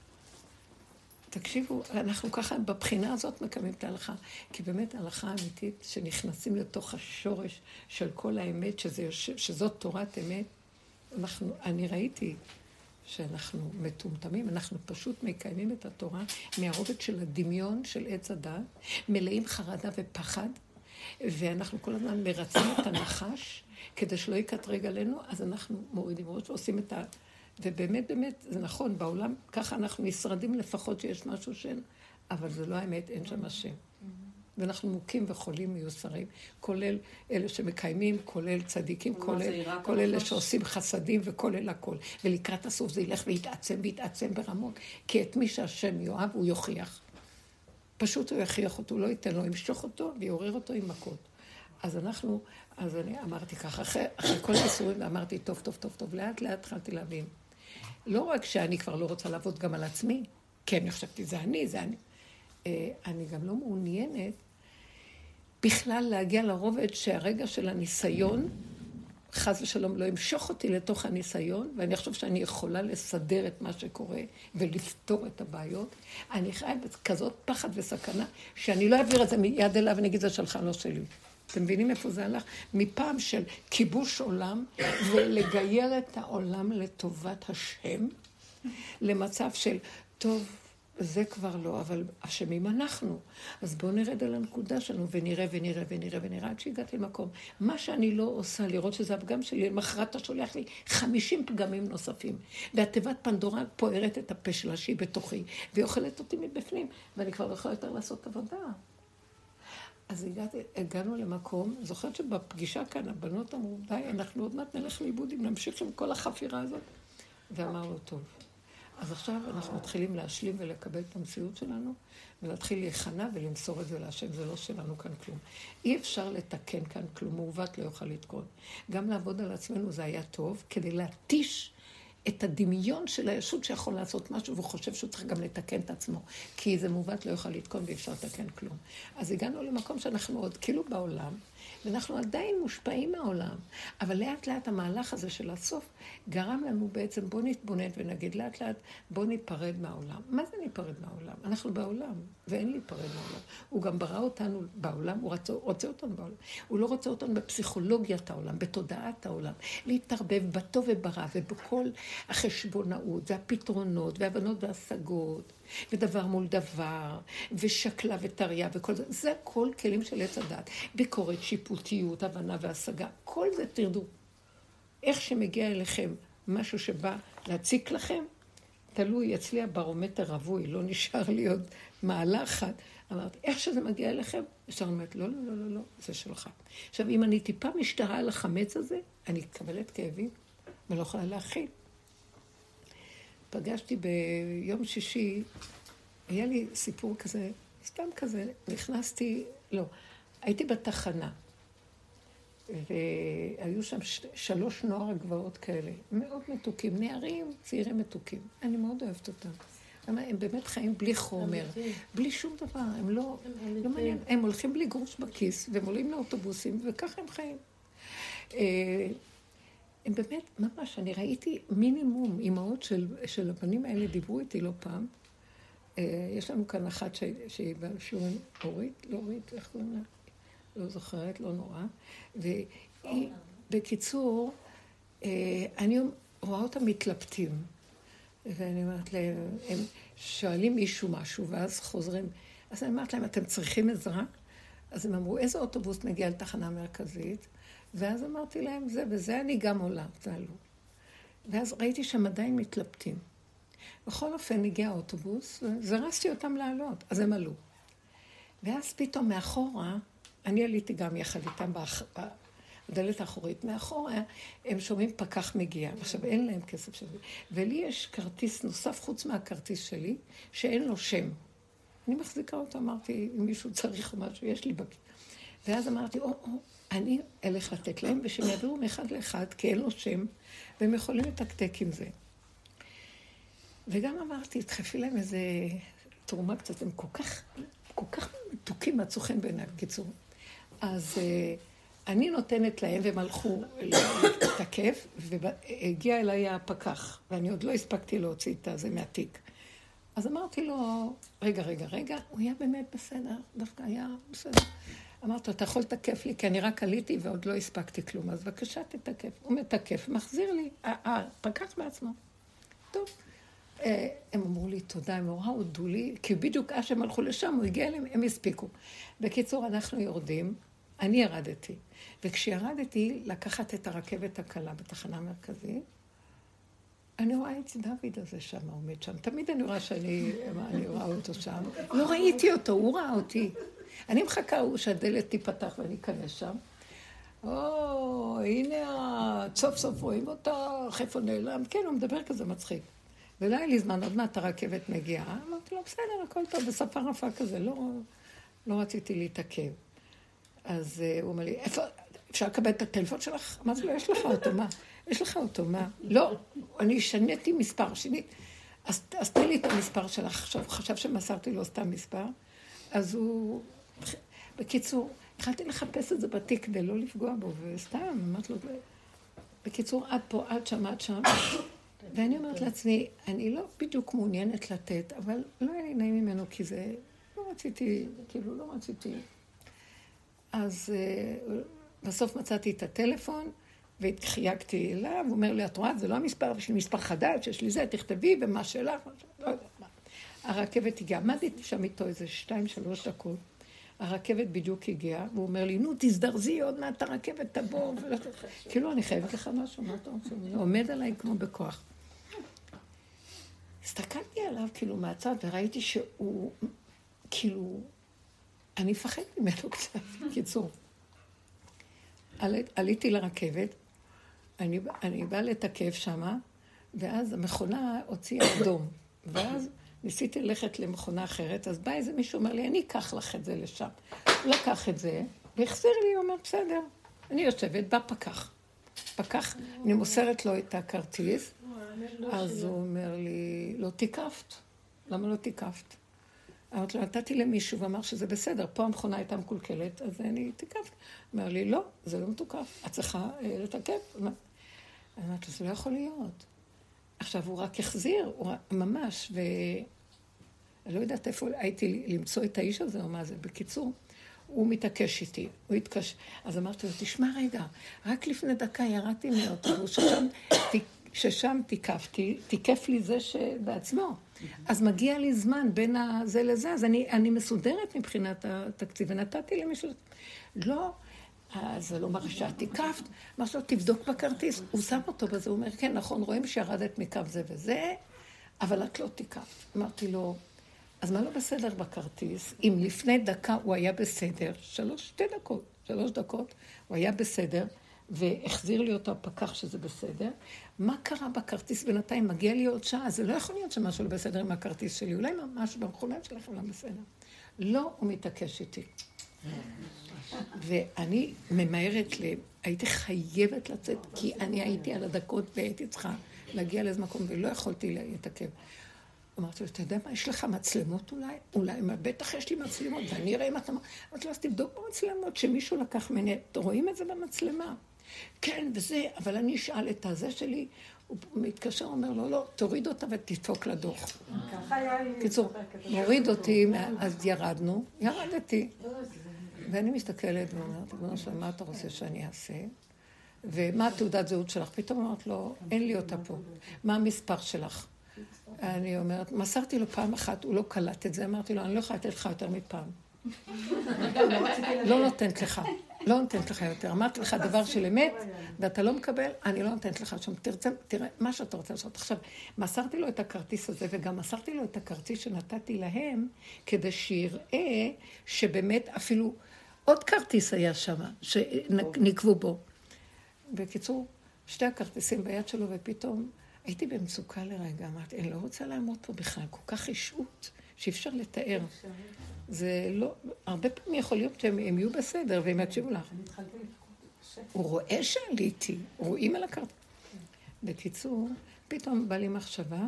תקשיבו, אנחנו ככה בבחינה הזאת מקיימים את ההלכה, כי באמת ההלכה האמיתית שנכנסים לתוך השורש של כל האמת, שזה, שזאת תורת אמת, אנחנו, אני ראיתי שאנחנו מטומטמים, אנחנו פשוט מקיימים את התורה מהרובד של הדמיון של עץ הדת, מלאים חרדה ופחד, ואנחנו כל הזמן מרצים את הנחש, כדי שלא יקטרג עלינו, אז אנחנו מורידים ראש ועושים את ה... ובאמת, באמת, זה נכון, בעולם ככה אנחנו נשרדים לפחות שיש משהו שאין, אבל זה לא האמת, אין שם השם. ואנחנו מוכים וחולים מיוסרים, כולל אלה שמקיימים, כולל צדיקים, כולל, כל אלה שעושים חסדים וכולל הכל. ולקראת הסוף זה ילך ויתעצם ויתעצם ברמות, כי את מי שהשם יאהב הוא יוכיח. פשוט הוא יכריח אותו, הוא לא ייתן לו, ימשוך אותו ויעורר אותו עם מכות. אז אנחנו, אז אני אמרתי ככה, אחרי, אחרי כל האיסורים, אמרתי, טוב, טוב, טוב, טוב, לאט לאט התחלתי להבין. לא רק שאני כבר לא רוצה לעבוד גם על עצמי, כי אני חשבתי, זה אני, זה אני. אני גם לא מעוניינת בכלל להגיע לרובד שהרגע של הניסיון, חס ושלום לא ימשוך אותי לתוך הניסיון, ואני חושב שאני יכולה לסדר את מה שקורה ולפתור את הבעיות. אני חייב כזאת פחד וסכנה, שאני לא אעביר את זה מיד אליו ונגיד זה שלך, לא שלי. אתם מבינים איפה זה הלך? מפעם של כיבוש עולם ולגייר את העולם לטובת השם, למצב של, טוב, זה כבר לא, אבל אשמים אנחנו. אז בואו נרד על הנקודה שלנו ונראה ונראה ונראה ונראה עד שהגעתי למקום. מה שאני לא עושה, לראות שזה הפגם שלי, למחרת אתה שולח לי חמישים פגמים נוספים. והתיבת פנדורה פוערת את הפה שלה שהיא בתוכי, והיא אוכלת אותי מבפנים, ואני כבר לא יכולה יותר לעשות עבודה. אז הגעתי, הגענו למקום, זוכרת שבפגישה כאן הבנות אמרו, די, אנחנו עוד מעט נלך לאיבוד אם נמשיך עם כל החפירה הזאת. ואמרנו, טוב. אז עכשיו אנחנו מתחילים להשלים ולקבל את המציאות שלנו, ולהתחיל להיכנע ולמסור את זה להשם, זה לא שלנו כאן כלום. אי אפשר לתקן כאן כלום, מעוות לא יוכל לתקון. גם לעבוד על עצמנו זה היה טוב, כדי להתיש את הדמיון של הישות שיכול לעשות משהו, והוא חושב שהוא צריך גם לתקן את עצמו, כי זה מעוות לא יוכל לתקון ואפשר לתקן כלום. אז הגענו למקום שאנחנו עוד כאילו בעולם, ואנחנו עדיין מושפעים מהעולם, אבל לאט לאט המהלך הזה של הסוף גרם לנו בעצם, בוא נתבונן ונגיד לאט לאט, בוא ניפרד מהעולם. מה זה ניפרד מהעולם? אנחנו בעולם, ואין להיפרד מהעולם. הוא גם ברא אותנו בעולם, הוא רוצה, רוצה אותנו בעולם. הוא לא רוצה אותנו בפסיכולוגיית העולם, בתודעת העולם, להתערבב בטוב וברע, ובכל החשבונאות, והפתרונות, והבנות והשגות, ודבר מול דבר, ושקלה וטריה, וכל זה. זה כל כלים של עץ הדת. ביקורת, שיפוטיות, הבנה והשגה. כל זה תרדו. איך שמגיע אליכם משהו שבא להציק לכם, תלוי, אצלי הברומטר רווי, לא נשאר לי עוד מעלה אחת. אמרתי, איך שזה מגיע אליכם? ישר אומרת, לא, לא, לא, לא, לא, זה שלך. עכשיו, אם אני טיפה משתרה על החמץ הזה, אני אקבלת כאבים, ולא יכולה להכיל. פגשתי ביום שישי, היה לי סיפור כזה, סתם כזה, נכנסתי, לא, הייתי בתחנה, והיו שם שלוש נוער הגבעות כאלה, מאוד מתוקים, נערים, צעירים מתוקים. אני מאוד אוהבת אותם. הם באמת חיים בלי חומר, בלי שום דבר, הם לא, לא מעניין, הם הולכים בלי גרוש בכיס, והם עולים לאוטובוסים, וככה הם חיים. הם באמת, ממש, אני ראיתי מינימום, אימהות של, של הבנים האלה דיברו איתי לא פעם. יש לנו כאן אחת שהיא בשיעור אורית, לא אורית, איך קוראים לה? לא זוכרת, לא נורא. והיא, בקיצור, אני רואה אותם מתלבטים. ואני אומרת להם, הם שואלים מישהו משהו, ואז חוזרים. אז אני אומרת להם, אתם צריכים עזרה? אז הם אמרו, איזה אוטובוס נגיע לתחנה מרכזית? ואז אמרתי להם, זה וזה, אני גם עולה, תעלו. ואז ראיתי שהם עדיין מתלבטים. בכל אופן הגיע האוטובוס, וזרסתי אותם לעלות, אז הם עלו. ואז פתאום מאחורה, אני עליתי גם יחד איתם בדלת האחורית, מאחורה הם שומעים פקח מגיע, עכשיו אין להם כסף שלי, ולי יש כרטיס נוסף חוץ מהכרטיס שלי, שאין לו שם. אני מחזיקה אותו, אמרתי, אם מישהו צריך או משהו, יש לי בכי. ואז אמרתי, או, או, אני אלך לתת להם, ושהם יעבירו מאחד לאחד, כי אין לו שם, והם יכולים לתקתק עם זה. וגם אמרתי, תחפי להם איזה תרומה קצת, הם כל כך, כל כך מתוקים מהצוחן בעיניי, בקיצור. אז אני נותנת להם, והם הלכו לתקף, והגיע אליי הפקח, ואני עוד לא הספקתי להוציא את זה מהתיק. אז אמרתי לו, רגע, רגע, רגע, הוא היה באמת בסדר, דווקא היה בסדר. אמרתי לו, אתה יכול לתקף לי, כי אני רק עליתי ועוד לא הספקתי כלום, אז בבקשה תתקף. הוא מתקף, מחזיר לי, הפקח בעצמו. טוב. הם אמרו לי תודה, הם אמרו, הודו לי, כי בדיוק אז שהם הלכו לשם, הוא הגיע אליהם, הם הספיקו. בקיצור, אנחנו יורדים, אני ירדתי, וכשירדתי לקחת את הרכבת הקלה בתחנה המרכזית, אני רואה את דוד הזה שם, עומד שם. תמיד אני רואה שאני אני רואה אותו שם. לא ראיתי אותו, הוא ראה אותי. אני מחכה שהדלת תיפתח ואני אכנס שם. או, הנה, סוף סוף רואים אותך, איפה נעלם? כן, הוא מדבר כזה מצחיק. ולא היה לי זמן, עוד מעט הרכבת מגיעה. אמרתי לו, בסדר, הכל טוב, בשפה רפה כזה, לא, לא רציתי להתעכב. אז הוא אומר לי, איפה, אפשר לקבל את הטלפון שלך? אמרתי לו, יש לך אותו, מה? יש לך אותו, מה? לא, אני שניתי מספר, שנית. אז, אז תן לי את המספר שלך. עכשיו, חשב שמסרתי לו סתם מספר. אז הוא, בקיצור, התחלתי לחפש את זה בתיק כדי לא לפגוע בו, וסתם, אמרתי לו, בקיצור, עד פה, עד שם, עד שם. ואני אומרת לעצמי, אני לא בדיוק מעוניינת לתת, אבל לא היה לי נעים ממנו, כי זה, לא רציתי, כאילו, לא רציתי. אז בסוף מצאתי את הטלפון, והתחייגתי אליו, הוא אומר לי, את רואה, זה לא המספר, יש לי מספר חדש, יש לי זה, תכתבי, ומה שלך, לא יודע מה. הרכבת הגיעה, עמדתי שם איתו איזה שתיים, שלוש דקות, הרכבת בדיוק הגיעה, והוא אומר לי, נו, תזדרזי עוד מעט, הרכבת תבוא, כאילו, אני חייבת לך משהו, מה אתה רוצה? הוא עומד עליי כמו בכוח. הסתכלתי עליו, כאילו, מהצד, וראיתי שהוא, כאילו, אני מפחד ממנו קצת, קיצור. עליתי לרכבת, אני, אני באה לתקף שמה, ואז המכונה הוציאה אדום, ואז ניסיתי ללכת למכונה אחרת, אז בא איזה מישהו אומר לי, אני אקח לך את זה לשם. הוא לקח את זה, והחזיר לי, הוא אומר, בסדר. אני יושבת, בא פקח. פקח, אני מוסרת לו את הכרטיס, אז הוא אומר לי, לא תיקפת. למה לא תיקפת? אמרתי לו, נתתי למישהו ואמר שזה בסדר, פה המכונה הייתה מקולקלת, אז אני תיקפת. אומר לי, לא, זה לא מתוקף, את צריכה לתקף. אמרתי לו, זה לא יכול להיות. עכשיו, הוא רק החזיר, הוא ממש, ואני לא יודעת איפה הייתי למצוא את האיש הזה או מה זה. בקיצור, הוא מתעקש איתי, הוא התקש... אז אמרתי לו, תשמע רגע, רק לפני דקה ירדתי מאוטובוס, ששם, ששם תיקפתי, תיקף לי זה שבעצמו. אז מגיע לי זמן בין זה לזה, אז אני, אני מסודרת מבחינת התקציב, ונתתי למישהו... לא, אז זה לא מראה שאת תיקפת, אמרתי לו, תבדוק בכרטיס. הוא שם אותו בזה, הוא אומר, כן, נכון, רואים שירדת מקו זה וזה, אבל את לא תיקפת. אמרתי לו, אז מה לא בסדר בכרטיס? אם לפני דקה הוא היה בסדר, שלוש, שתי דקות, שלוש דקות, הוא היה בסדר, והחזיר לי אותו הפקח שזה בסדר, מה קרה בכרטיס בינתיים? מגיע לי עוד שעה, זה לא יכול להיות שמשהו לא בסדר עם הכרטיס שלי, אולי ממש במכונה שלכם לא בסדר. לא, הוא מתעקש איתי. ואני ממהרת ל... הייתי חייבת לצאת, כי אני הייתי על הדקות והייתי צריכה להגיע לאיזה מקום, ולא יכולתי להתעכב. אמרתי לו, אתה יודע מה, יש לך מצלמות אולי? אולי, בטח יש לי מצלמות, ואני אראה אם אתה... אמרתי לו, אז תבדוק במצלמות שמישהו לקח ממני, רואים את זה במצלמה? כן, וזה, אבל אני אשאל את הזה שלי, הוא מתקשר, אומר לו, לא, תוריד אותה ותדפוק לדוח. ככה היה לי... קיצור, מוריד אותי, אז ירדנו, ירדתי. ואני מסתכלת ואומרת, בנו שלמה, מה אתה רוצה שאני אעשה? ומה התעודת זהות שלך? פתאום אמרת לו, אין לי אותה פה. מה המספר שלך? אני אומרת, מסרתי לו פעם אחת, הוא לא קלט את זה, אמרתי לו, אני לא יכולה לתת לך יותר מפעם. לא נותנת לך, לא נותנת לך יותר. אמרתי לך דבר של אמת, ואתה לא מקבל, אני לא נותנת לך שם. תראה, מה שאתה רוצה לעשות. עכשיו, מסרתי לו את הכרטיס הזה, וגם מסרתי לו את הכרטיס שנתתי להם, כדי שיראה שבאמת אפילו עוד כרטיס היה שם, שנקבו בו. בקיצור, שתי הכרטיסים ביד שלו, ופתאום הייתי במצוקה לרגע, אמרתי, אני לא רוצה לעמוד פה בכלל, כל כך אישות, שאי אפשר לתאר. זה לא, הרבה פעמים יכול להיות שהם יהיו בסדר, והם יקשיבו לך. הוא רואה שעליתי, רואים על הכרטיס. בקיצור, פתאום בא לי מחשבה,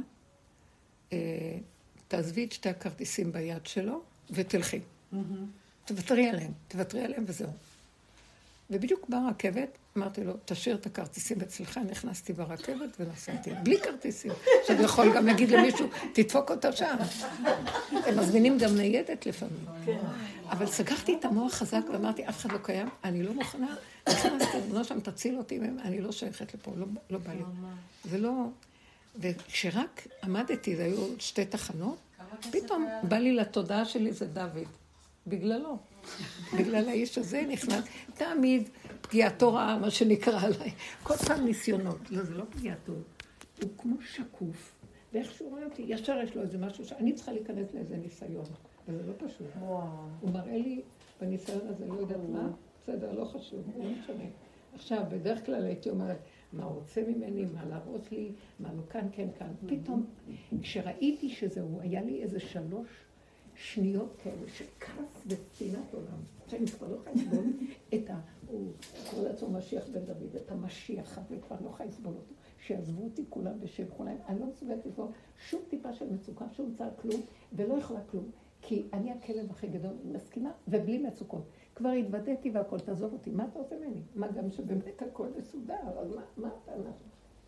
תעזבי את שתי הכרטיסים ביד שלו, ותלכי. תוותרי עליהם, תוותרי עליהם וזהו. ובדיוק באה רכבת, אמרתי לו, תשאיר את הכרטיסים אצלך, נכנסתי ברכבת ונסעתי, בלי כרטיסים. עכשיו יכול גם להגיד למישהו, תדפוק אותה שם. הם מזמינים גם ניידת לפעמים. אבל סגרתי את המוח חזק ואמרתי, אף אחד לא קיים, אני לא מוכנה, נכנסתי, לא שם, תציל אותי, אני לא שייכת לפה, לא בא לי. זה לא... וכשרק עמדתי, זה היו שתי תחנות, פתאום בא לי לתודעה שלי, זה דוד. בגללו. בגלל האיש הזה נכנס, תמיד פגיעתו רעה, מה שנקרא עליי. כל פעם ניסיונות. לא, זה לא פגיעתו. הוא כמו שקוף, ואיך שהוא רואה אותי, ישר יש לו איזה משהו שאני צריכה להיכנס לאיזה ניסיון. וזה לא פשוט. הוא מראה לי בניסיון הזה, לא יודעת מה, בסדר, לא חשוב, לא משנה. עכשיו, בדרך כלל הייתי אומרת, מה רוצה ממני, מה להראות לי, מה לא כאן, כן, כאן. פתאום, כשראיתי שזהו, היה לי איזה שלוש שניות כאלה של כעס ושנאת עולם, שאני כבר לא חי לסבול את ה... הוא קורא לעצמו משיח בן דוד, את המשיח, וכבר לא חי לסבול אותו, שיעזבו אותי כולם ושילכו להם, אני לא מסוגלת לסבול שום טיפה של מצוקה, שום צער כלום, ולא יכולה כלום, כי אני הכלב הכי גדול, מסכימה, ובלי מצוקות. כבר התוודעתי והכל, תעזוב אותי, מה אתה עושה ממני? מה גם שבאמת הכל מסודר, אז מה, מה אתה אנחנו?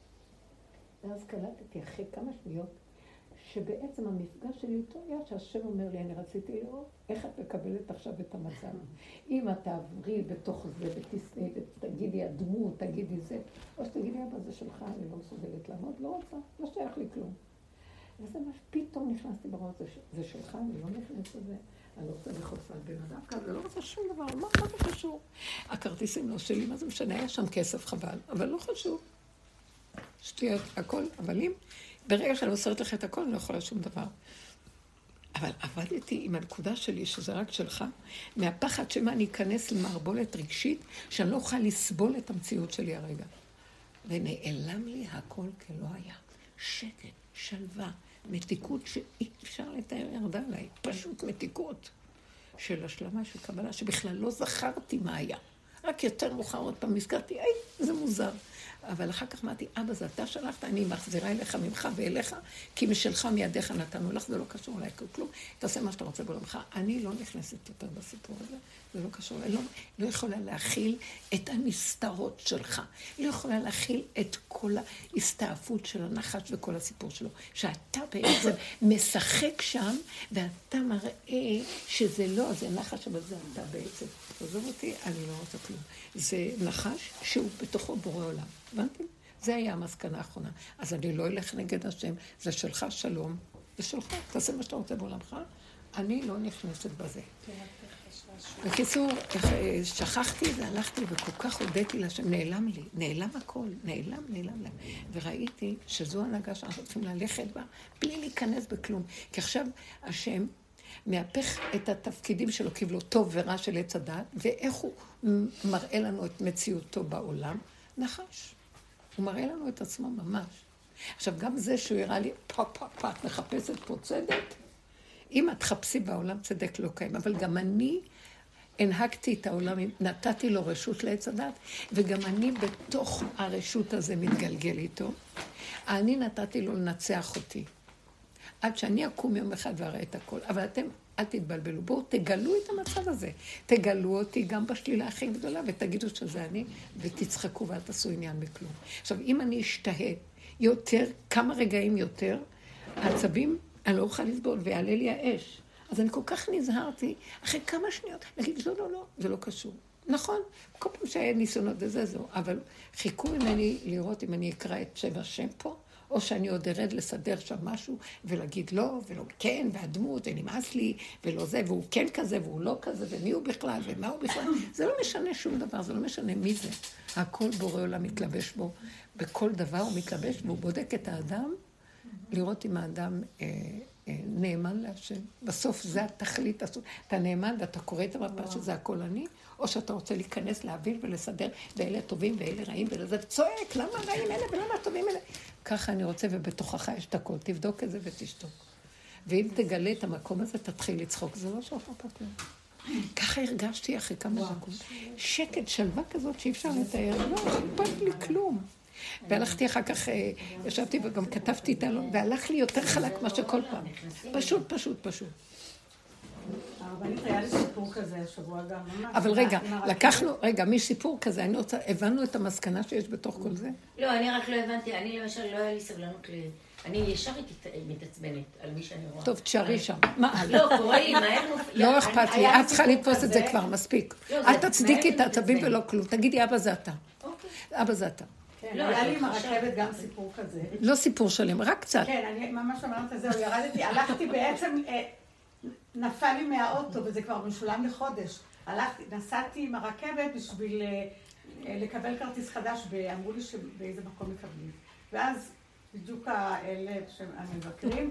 ואז קלטתי אחרי כמה שניות, שבעצם המפגש שלי איתו היה שהשם אומר לי, אני רציתי לראות איך את מקבלת עכשיו את המצב. אם את תעברי בתוך זה ותסני ותגידי הדמות, תגידי זה, או שתגידי, אבא, זה שלך, אני לא מסוגלת לעמוד, לא רוצה, לא שייך לי כלום. וזה מה שפתאום נכנסתי בראש, זה שלך, אני לא נכנס לזה, אני לא רוצה לחוץ על בן אדם כזה, לא רוצה שום דבר, מה זה חשוב? הכרטיסים לא שלי, מה זה משנה, היה שם כסף חבל, אבל לא חשוב. שטויות, הכל, אבל אם ברגע שאני מוסרת לך את הכל, אני לא יכולה שום דבר. אבל עבדתי עם הנקודה שלי, שזה רק שלך, מהפחד שמה אני אכנס למערבולת רגשית, שאני לא אוכל לסבול את המציאות שלי הרגע. ונעלם לי הכל כלא היה. שקט, שלווה, מתיקות שאי אפשר לתאר ירדה עליי. פשוט מתיקות של השלמה, של קבלה, שבכלל לא זכרתי מה היה. רק יותר מאוחר עוד פעם הזכרתי, היי, זה מוזר. אבל אחר כך אמרתי, אבא, זה אתה שלחת, אני מחזירה אליך ממך ואליך, כי משלך מידיך נתנו לך, זה לא קשור אליי כלום. תעשה מה שאתה רוצה בעולמך. אני לא נכנסת יותר בסיפור הזה, זה לא קשור אליי. לא, לא יכולה להכיל את הנסתרות שלך. לא יכולה להכיל את כל ההסתעפות של הנחש וכל הסיפור שלו. שאתה בעצם משחק שם, ואתה מראה שזה לא, זה נחש, אבל זה אתה בעצם. תעזוב אותי, אני לא רוצה כלום. זה נחש שהוא בתוכו בורא עולם. הבנתם? זה היה המסקנה האחרונה. אז אני לא אלך נגד השם, זה שלך שלום, זה שלך, תעשה מה שאתה רוצה בעולמך, אני לא נכנסת בזה. בקיצור, שכחתי והלכתי וכל כך הודיתי לשם, נעלם לי, נעלם הכל, נעלם, נעלם להם. וראיתי שזו הנהגה שאנחנו צריכים ללכת בה, בלי להיכנס בכלום. כי עכשיו השם מהפך את התפקידים שלו, קיבלו טוב ורע של עץ הדת, ואיך הוא מראה לנו את מציאותו בעולם? נחש. הוא מראה לנו את עצמו ממש. עכשיו, גם זה שהוא הראה לי, פה, פה, פה, את מחפשת פה צדק? אם את חפשי בעולם, צדק לא קיים. אבל גם אני הנהגתי את העולם, נתתי לו רשות לעץ הדת, וגם אני בתוך הרשות הזה מתגלגל איתו. אני נתתי לו לנצח אותי. עד שאני אקום יום אחד ואראה את הכל. אבל אתם, אל תתבלבלו. בואו, תגלו את המצב הזה. תגלו אותי גם בשלילה הכי גדולה, ותגידו שזה אני, ותצחקו ואל תעשו עניין מכלום. עכשיו, אם אני אשתהה יותר, כמה רגעים יותר, העצבים, אני לא אוכל לסבול, ויעלה לי האש. אז אני כל כך נזהרתי, אחרי כמה שניות, להגיד, לא, לא, לא, זה לא קשור. נכון, כל פעם שהיה ניסיונות וזה זו, אבל חיכו ממני לראות אם אני אקרא את שם השם פה, או שאני עוד ארד לסדר שם משהו, ולהגיד לא, ולא כן, והדמות, ונמאס לי, ולא זה, והוא כן כזה, והוא לא כזה, ומי הוא בכלל, ומה הוא בכלל. זה לא משנה שום דבר, זה לא משנה מי זה. הכל בורא עולם מתלבש בו, בכל דבר הוא מתלבש, והוא בודק את האדם, לראות אם האדם אה, אה, נאמן להשם. בסוף זה התכלית, אתה נאמן ואתה קורא את המפה שזה הכל אני, או שאתה רוצה להיכנס, להבין ולסדר, ואלה טובים ואלה רעים, ולזה צועק, למה רעים אלה ולמה הטובים אלה? ככה אני רוצה, ובתוכך יש את הכל, תבדוק את זה ותשתוק. ואם תגלה את המקום הזה, תתחיל לצחוק, זה לא שלך פתאום. ככה הרגשתי אחרי כמה דקות. שקט, שלווה כזאת שאי אפשר לתאר, לא, אכפת לי כלום. והלכתי אחר כך, ישבתי וגם כתבתי את הלון, והלך לי יותר חלק מה שכל פעם. פשוט, פשוט, פשוט. הרבנית, היה לי סיפור כזה השבוע גם ממש. אבל רגע, לקחנו, רגע, מסיפור כזה, אני רוצה, הבנו את המסקנה שיש בתוך כל זה? לא, אני רק לא הבנתי, אני למשל לא היה לי סבלנות ל... אני ישר מתעצבנת על מי שאני רואה. טוב, תשארי שם. מה הלאה? לא, קורא לי מהר... לא אכפת לי, את צריכה לתפוס את זה כבר, מספיק. אל תצדיקי את העצבים ולא כלום. תגידי, אבא זה אתה. אבא זה אתה. כן, היה לי עם הרכבת גם סיפור כזה. לא סיפור שלם, רק קצת. כן, אני ממש אמרת את זה, ירדתי, הלכתי בעצם, נפל לי מהאוטו, וזה כבר משולם לחודש. הלכתי, נסעתי עם הרכבת בשביל לקבל כרטיס חדש, ואמרו לי שבאיזה מקום מקבלים. ואז בדיוק האלה המבקרים,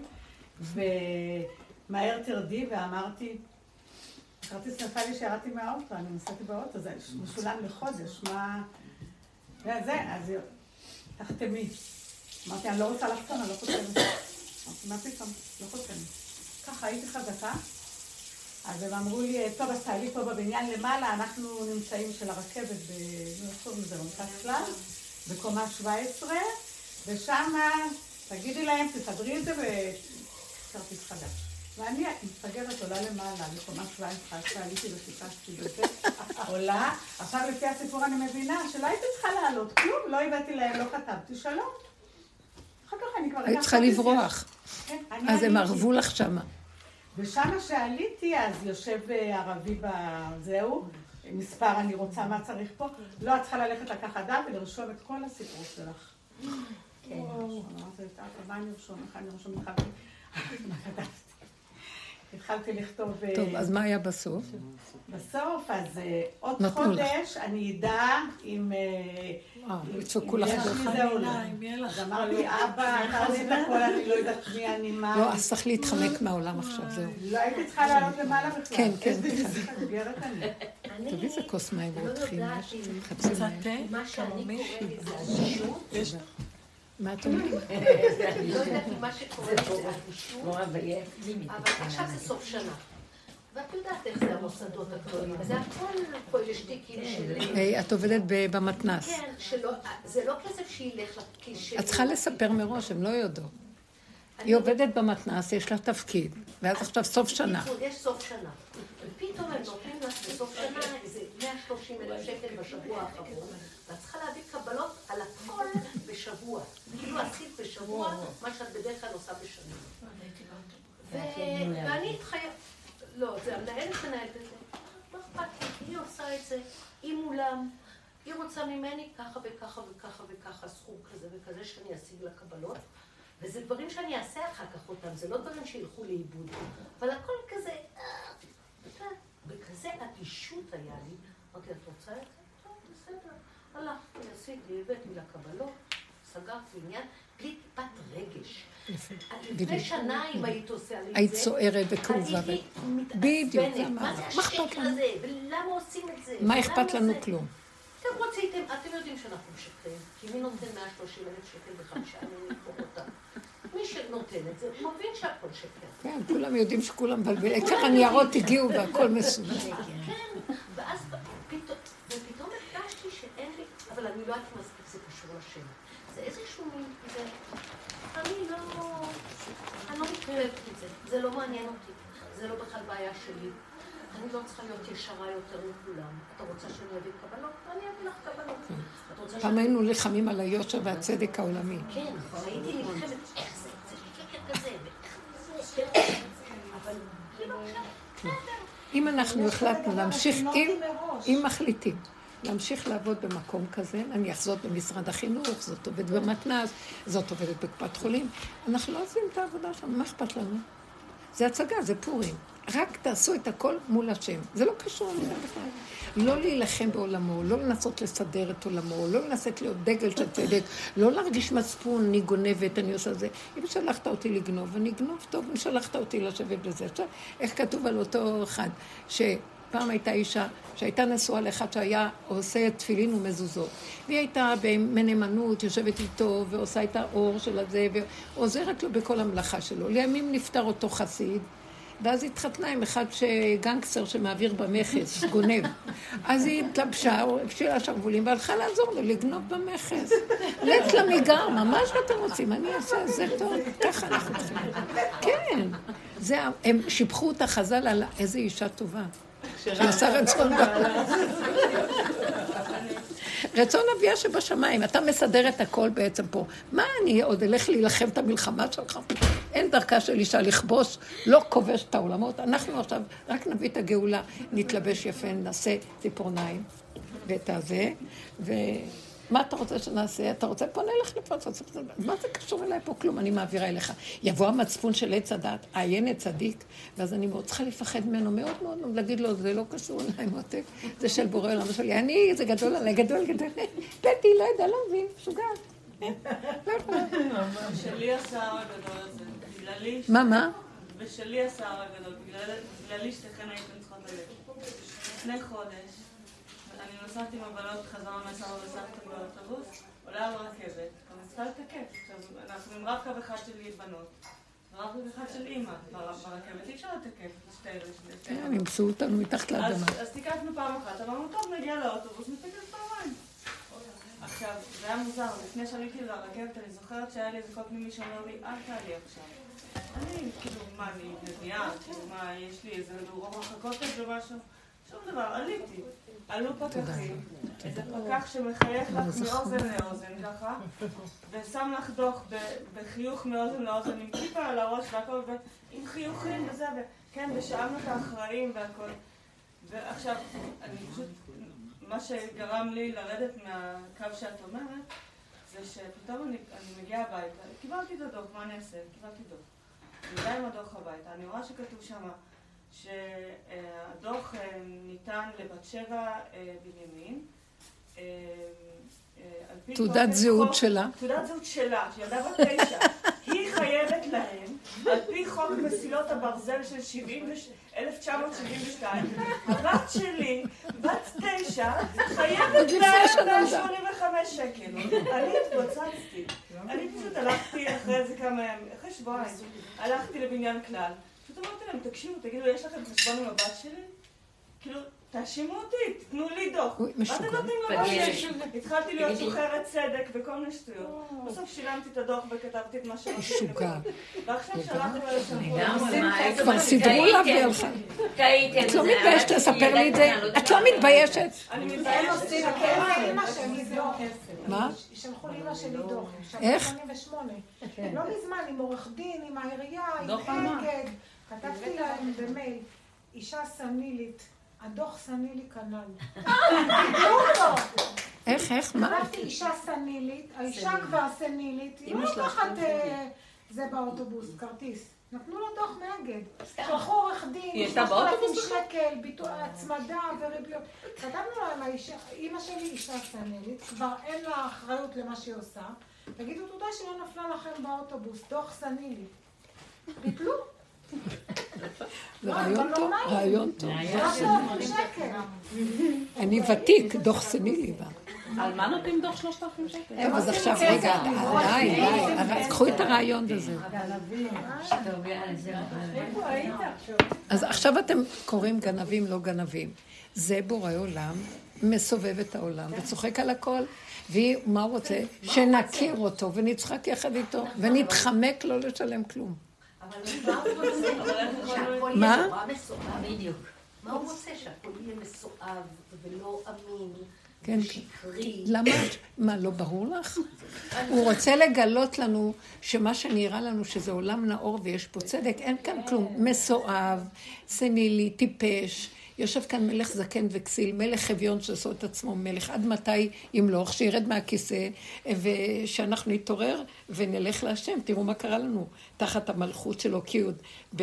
ומהר תרדי, ואמרתי, הכרטיס נפל לי שירדתי מהאוטו, אני נסעתי באוטו, זה משולם לחודש, מה... וזה, אז תחתמי. אמרתי, אני לא רוצה לחתום, אני לא חותמת. אמרתי, מה פתאום? לא חותמת. ככה, הייתי חזקה. אז הם אמרו לי, טוב, אז תעלי פה בבניין למעלה, אנחנו נמצאים של הרכבת במרכז כלל, בקומה שבע עשרה, ושם, תגידי להם, תסדרי את זה וכרטיס חדש. ואני מפגרת עולה למעלה, בקומה שבע עשרה, עליתי וחיפשתי בזה, עולה. עכשיו לפי הסיפור אני מבינה שלא הייתי צריכה לעלות כלום, לא הבאתי להם, לא כתבתי שלום. אחר כך אני כבר... היית צריכה לברוח. אז הם ערבו לך שמה. ושמה שעליתי, אז יושב ערבי בזהו, מספר אני רוצה, מה צריך פה. לא, את צריכה ללכת לקחת דף ולרשום את כל הסיפור שלך. כן. מה אני ארשום? איך אני ארשום? מה כתבתי? התחלתי לכתוב... טוב, אז מה היה בסוף? בסוף, אז עוד חודש אני אדע אם יש מזה או לא. אז אמר לי, אבא, אתה עשית הכל, אני לא יודעת מי אני, מה... לא, אז צריך להתחמק מהעולם עכשיו, זהו. לא הייתי צריכה לעלות למעלה בכלל. כן, כן. איזה גרת אני. תביא איזה כוס מים ועודכים, יש חצי מים. מה שאני קוראת זה אדישות. מה את אומרת? אני לא יודעת מה שקורה זה אדישות, אבל עכשיו זה סוף שנה. ואת יודעת איך זה המוסדות הגדולים, זה הכל פה יש תיקים של... את עובדת במתנ"ס. כן, זה לא כסף שילך לכיס שלי. את צריכה לספר מראש, הם לא יודעים. היא עובדת במתנ"ס, יש לה תפקיד, ואז עכשיו סוף שנה. יש סוף שנה. ופתאום הם נותנים לך בסוף שנה איזה מאה ושלושים אלף שקל בשבוע האחרון, ואת צריכה להביא קבלות על הכל בשבוע. כאילו עשית בשבוע מה שאת בדרך כלל עושה בשנה. ואני התחייב... לא, זה המנהלת מנהלת את זה. לא אכפת לי, היא עושה את זה, היא מולם. היא רוצה ממני ככה וככה וככה וככה סכום כזה וכזה שאני אשיג לה קבלות. וזה דברים שאני אעשה אחר כך אותם, זה לא דברים שילכו לאיבוד. אבל הכל כזה, וכזה אדישות היה לי. אמרתי, את רוצה את זה? טוב, בסדר. הלכתי, עשיתי, הבאתי לה קבלות, סגרתי עניין, בלי טיפת רגש. לפני שנה אם היית עושה לי את זה, היית סוערת וכאובה. הייתי מתעצבנת. מה זה השקר הזה? ולמה עושים את זה? מה אכפת לנו כלום? אתם רוציתם, אתם יודעים שאנחנו משקרים, כי מי נותן מאה ושלושים אלף שקל בחמישה ימים לקרוא אותם? מי שנותן את זה, הוא מבין שהכל שקר. כן, כולם יודעים שכולם מבלבלים. ככה ניירות הגיעו והכל מסודר. כן, ואז ופתאום הרגשתי שאין לי, אבל אני לא הייתי מספיק, זה קשור לשם. זה איזשהו מין, זה... אני לא... אני לא מתקרבת את זה, זה לא מעניין אותי, זה לא בכלל בעיה שלי. אני לא צריכה להיות ישרה יותר מכולם. אתה רוצה שאני אביא קבלות? אני אביא לך קבלות. פעם היינו לחמים על היושר והצדק העולמי. כן, הייתי נלחמת, איך זה? זה שקר כזה, ואיך זה? אבל כאילו עכשיו, אם אנחנו החלטנו להמשיך, אם מחליטים, להמשיך לעבוד במקום כזה, נניח זאת במשרד החינוך, זאת עובדת במתנ"ס, זאת עובדת בקופת חולים, אנחנו לא עושים את העבודה שם, מה אכפת לנו? זה הצגה, זה פורים. רק תעשו את הכל מול השם. זה לא קשור לזה בכלל. לא להילחם בעולמו, לא לנסות לסדר את עולמו, לא לנסות להיות דגל של צדק, לא להרגיש מצפון, אני גונבת, אני עושה זה. אם שלחת אותי לגנוב, אני אגנוב טוב, אם שלחת אותי לשבת בזה. עכשיו, איך כתוב על אותו אחד, שפעם הייתה אישה שהייתה נשואה לאחד שהיה עושה תפילין ומזוזות. והיא הייתה בנאמנות, יושבת איתו ועושה את האור של הזה, ועוזרת לו בכל המלאכה שלו. לימים נפטר אותו חסיד, ואז היא התחתנה עם אחד שגנגסטר שמעביר במחס, גונב. אז היא התלבשה, הפשילה שרוולים, והלכה לעזור לו לגנוב במחס. לץ למיגר, ממש מה אתם רוצים? אני אעשה, זה טוב, ככה אנחנו צריכים. כן, זה, הם שיבחו אותה חז"ל על איזה אישה טובה. שעשה רצון בעלה. רצון אביה שבשמיים, אתה מסדר את הכל בעצם פה. מה אני עוד אלך להילחם את המלחמה שלך? אין דרכה של אישה לכבוש, לא כובש את העולמות. אנחנו עכשיו רק נביא את הגאולה, נתלבש יפה, נעשה ציפורניים ואת הזה. ומה אתה רוצה שנעשה? אתה רוצה פה נלך לפה, מה זה קשור אליי פה? כלום, אני מעבירה אליך. יבוא המצפון של עץ הדת, עיין את צדיק, ואז אני מאוד צריכה לפחד ממנו מאוד מאוד, להגיד לו, זה לא קשור אליי מותק, זה של בורא עולם שלי. אני, זה גדול עליי, גדול, גדול. פטי, לא יודע, לא מבין, שוגעת. ושלי השער הגדול הזה, בגללי... מה, מה? ושלי השער הגדול, בגללי שתכן הייתם צריכות ללכת. לפני חודש, אני נוסעת עם הבנות חזרה מהסבא וסבתא באוטובוס, עולה על רכבת, אני צריכה לתקף. עכשיו, אנחנו עם רב קו אחד שלי בנות, ורב קו אחד של אימא ברכבת, אי אפשר לתקף, שתי אלה. הם ימצאו אותנו מתחת לאדמה. אז תיקפנו פעם אחת, אמרנו, טוב, נגיע לאוטובוס, נתקף פעמיים. עכשיו, זה היה מוזר, לפני שעליתי לרכבת, אני זוכרת שהיה לי איזה כל פנימי שאומר לי, אל תעלי עכשיו. אני, כאילו, מה, אני נביאה, כאילו, מה, יש לי איזה רוב רחקות כזה או משהו? שום דבר, עליתי. עלו פקחים, איזה פקח שמחייך לך מאוזן לאוזן ככה, ושם לך דוח בחיוך מאוזן לאוזן, עם כיפה על הראש והכל, ועם חיוכים וזה, וכן, ושאלנו את האחראים והכל. ועכשיו, אני פשוט... מה שגרם לי לרדת מהקו שאת אומרת, זה שפתאום אני, אני מגיעה הביתה, קיבלתי את הדוח, מה אני אעשה? קיבלתי דוח. אני מגיעה עם הדוח הביתה, אני רואה שכתוב שמה שהדוח ניתן לבת שבע בנימין, תעודת זהות שלה. תעודת זהות שלה, שילדה בת תשע. היא חייבת להם, על פי חוק מסילות הברזל של אלף תשע מאות שבעים ושתיים, הבת שלי, בת תשע, חייבת להם מאה שמונים וחמש שקל. אני התפוצצתי. אני פשוט הלכתי אחרי איזה כמה ימים, אחרי שבועיים, הלכתי לבניין כלל. פשוט אמרתי להם, תקשיבו, תגידו, יש לכם חשבון עם הבת שלי? כאילו, תאשימו אותי, תתנו לי דוח. מה אתם נותנים לבת שלי? התחלתי להיות שוחרת צדק וכל מיני שטויות. בסוף שילמתי את הדוח וכתבתי את מה שרציתי. משוגע. ועכשיו שלחנו לשם. כבר סידרו להביא לך. את לא מתביישת לספר לי את זה? את לא מתביישת? אני מתביישת. מה? שלחו לי אמא שלי דוח. איך? שמונים ושמונה. לא מזמן, עם עורך דין, עם העירייה, עם אגד. כתבתי להם במייל, אישה סנילית. הדוח סנילי כנ"ל. איך, איך, מה? כתבתי אישה סנילית, האישה כבר סנילית, היא לא לוקחת זה באוטובוס, כרטיס. נתנו לו דוח מאגד. שלחו עורך דין, שלושת אלפים שקל, ביטוי, הצמדה וריביות. כתבנו להם, אמא שלי אישה סנילית, כבר אין לה אחריות למה שהיא עושה. תגידו תודה שלא נפלה לכם באוטובוס, דוח סנילי. ביטלו. זה רעיון טוב, רעיון טוב. אני ותיק, דוח סנילי. על מה נותנים דוח שלושת אלפים שקל? אז עכשיו, רגע, די, די, קחו את הרעיון הזה. אז עכשיו אתם קוראים גנבים, לא גנבים. זה בורא עולם, מסובב את העולם וצוחק על הכל. ומה הוא רוצה? שנכיר אותו ונצחק יחד איתו ונתחמק לא לשלם כלום. מה? בדיוק. מה הוא רוצה? שהכל יהיה מסואב ולא אמין ושקרי. למה? מה, לא ברור לך? הוא רוצה לגלות לנו שמה שנראה לנו שזה עולם נאור ויש פה צדק, אין כאן כלום. מסואב, סנילי, טיפש. יושב כאן מלך זקן וכסיל, מלך אביון שעשו את עצמו מלך. עד מתי ימלוך, שירד מהכיסא, ושאנחנו נתעורר ונלך להשם. תראו מה קרה לנו תחת המלכות שלו, כי עוד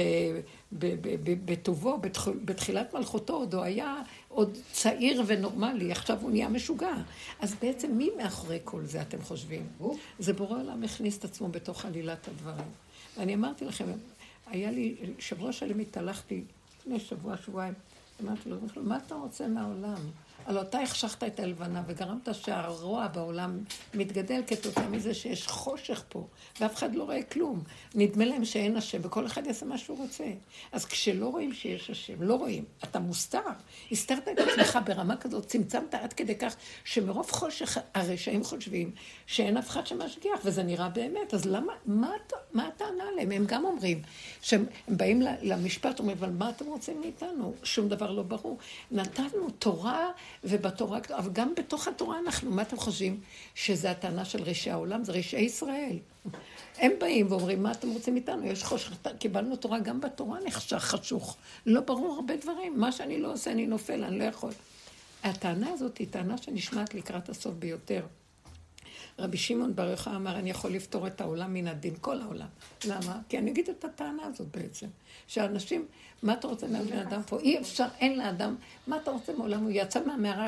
בטובו, בתחילת מלכותו, עוד הוא היה עוד צעיר ונורמלי, עכשיו הוא נהיה משוגע. אז בעצם מי מאחורי כל זה אתם חושבים? זה בורא עולם הכניס את עצמו בתוך עלילת הדברים. ואני אמרתי לכם, היה לי, שבוע שלם התהלכתי, לפני שבוע, שבועיים, אמרתי לו, מה אתה רוצה מהעולם? הלוא אתה החשכת את הלבנה וגרמת שהרוע בעולם מתגדל כתוצאה מזה שיש חושך פה, ואף אחד לא רואה כלום. נדמה להם שאין השם, וכל אחד יעשה מה שהוא רוצה. אז כשלא רואים שיש השם, לא רואים, אתה מוסתר. הסתרת את עצמך ברמה כזאת, צמצמת עד כדי כך שמרוב חושך הרשעים חושבים שאין אף אחד שמשגיח, וזה נראה באמת. אז למה, מה, מה הטענה עליהם? הם גם אומרים, שהם באים למשפט, אומרים, אבל מה אתם רוצים מאיתנו? שום דבר לא ברור. נתנו תורה, ובתורה, אבל גם בתוך התורה אנחנו, מה אתם חושבים? שזה הטענה של רשעי העולם, זה רשעי ישראל. הם באים ואומרים, מה אתם רוצים איתנו? יש חושך, קיבלנו תורה, גם בתורה נחשך חשוך. לא ברור הרבה דברים, מה שאני לא עושה, אני נופל, אני לא יכול. הטענה הזאת היא טענה שנשמעת לקראת הסוף ביותר. רבי שמעון בר יוחאי אמר, אני יכול לפתור את העולם מן הדין, כל העולם. למה? כי אני אגיד את הטענה הזאת בעצם. שאנשים, מה אתה רוצה מהבן אדם פה? אי אפשר, אין לאדם, מה אתה רוצה מעולם? הוא יצא מהמערה,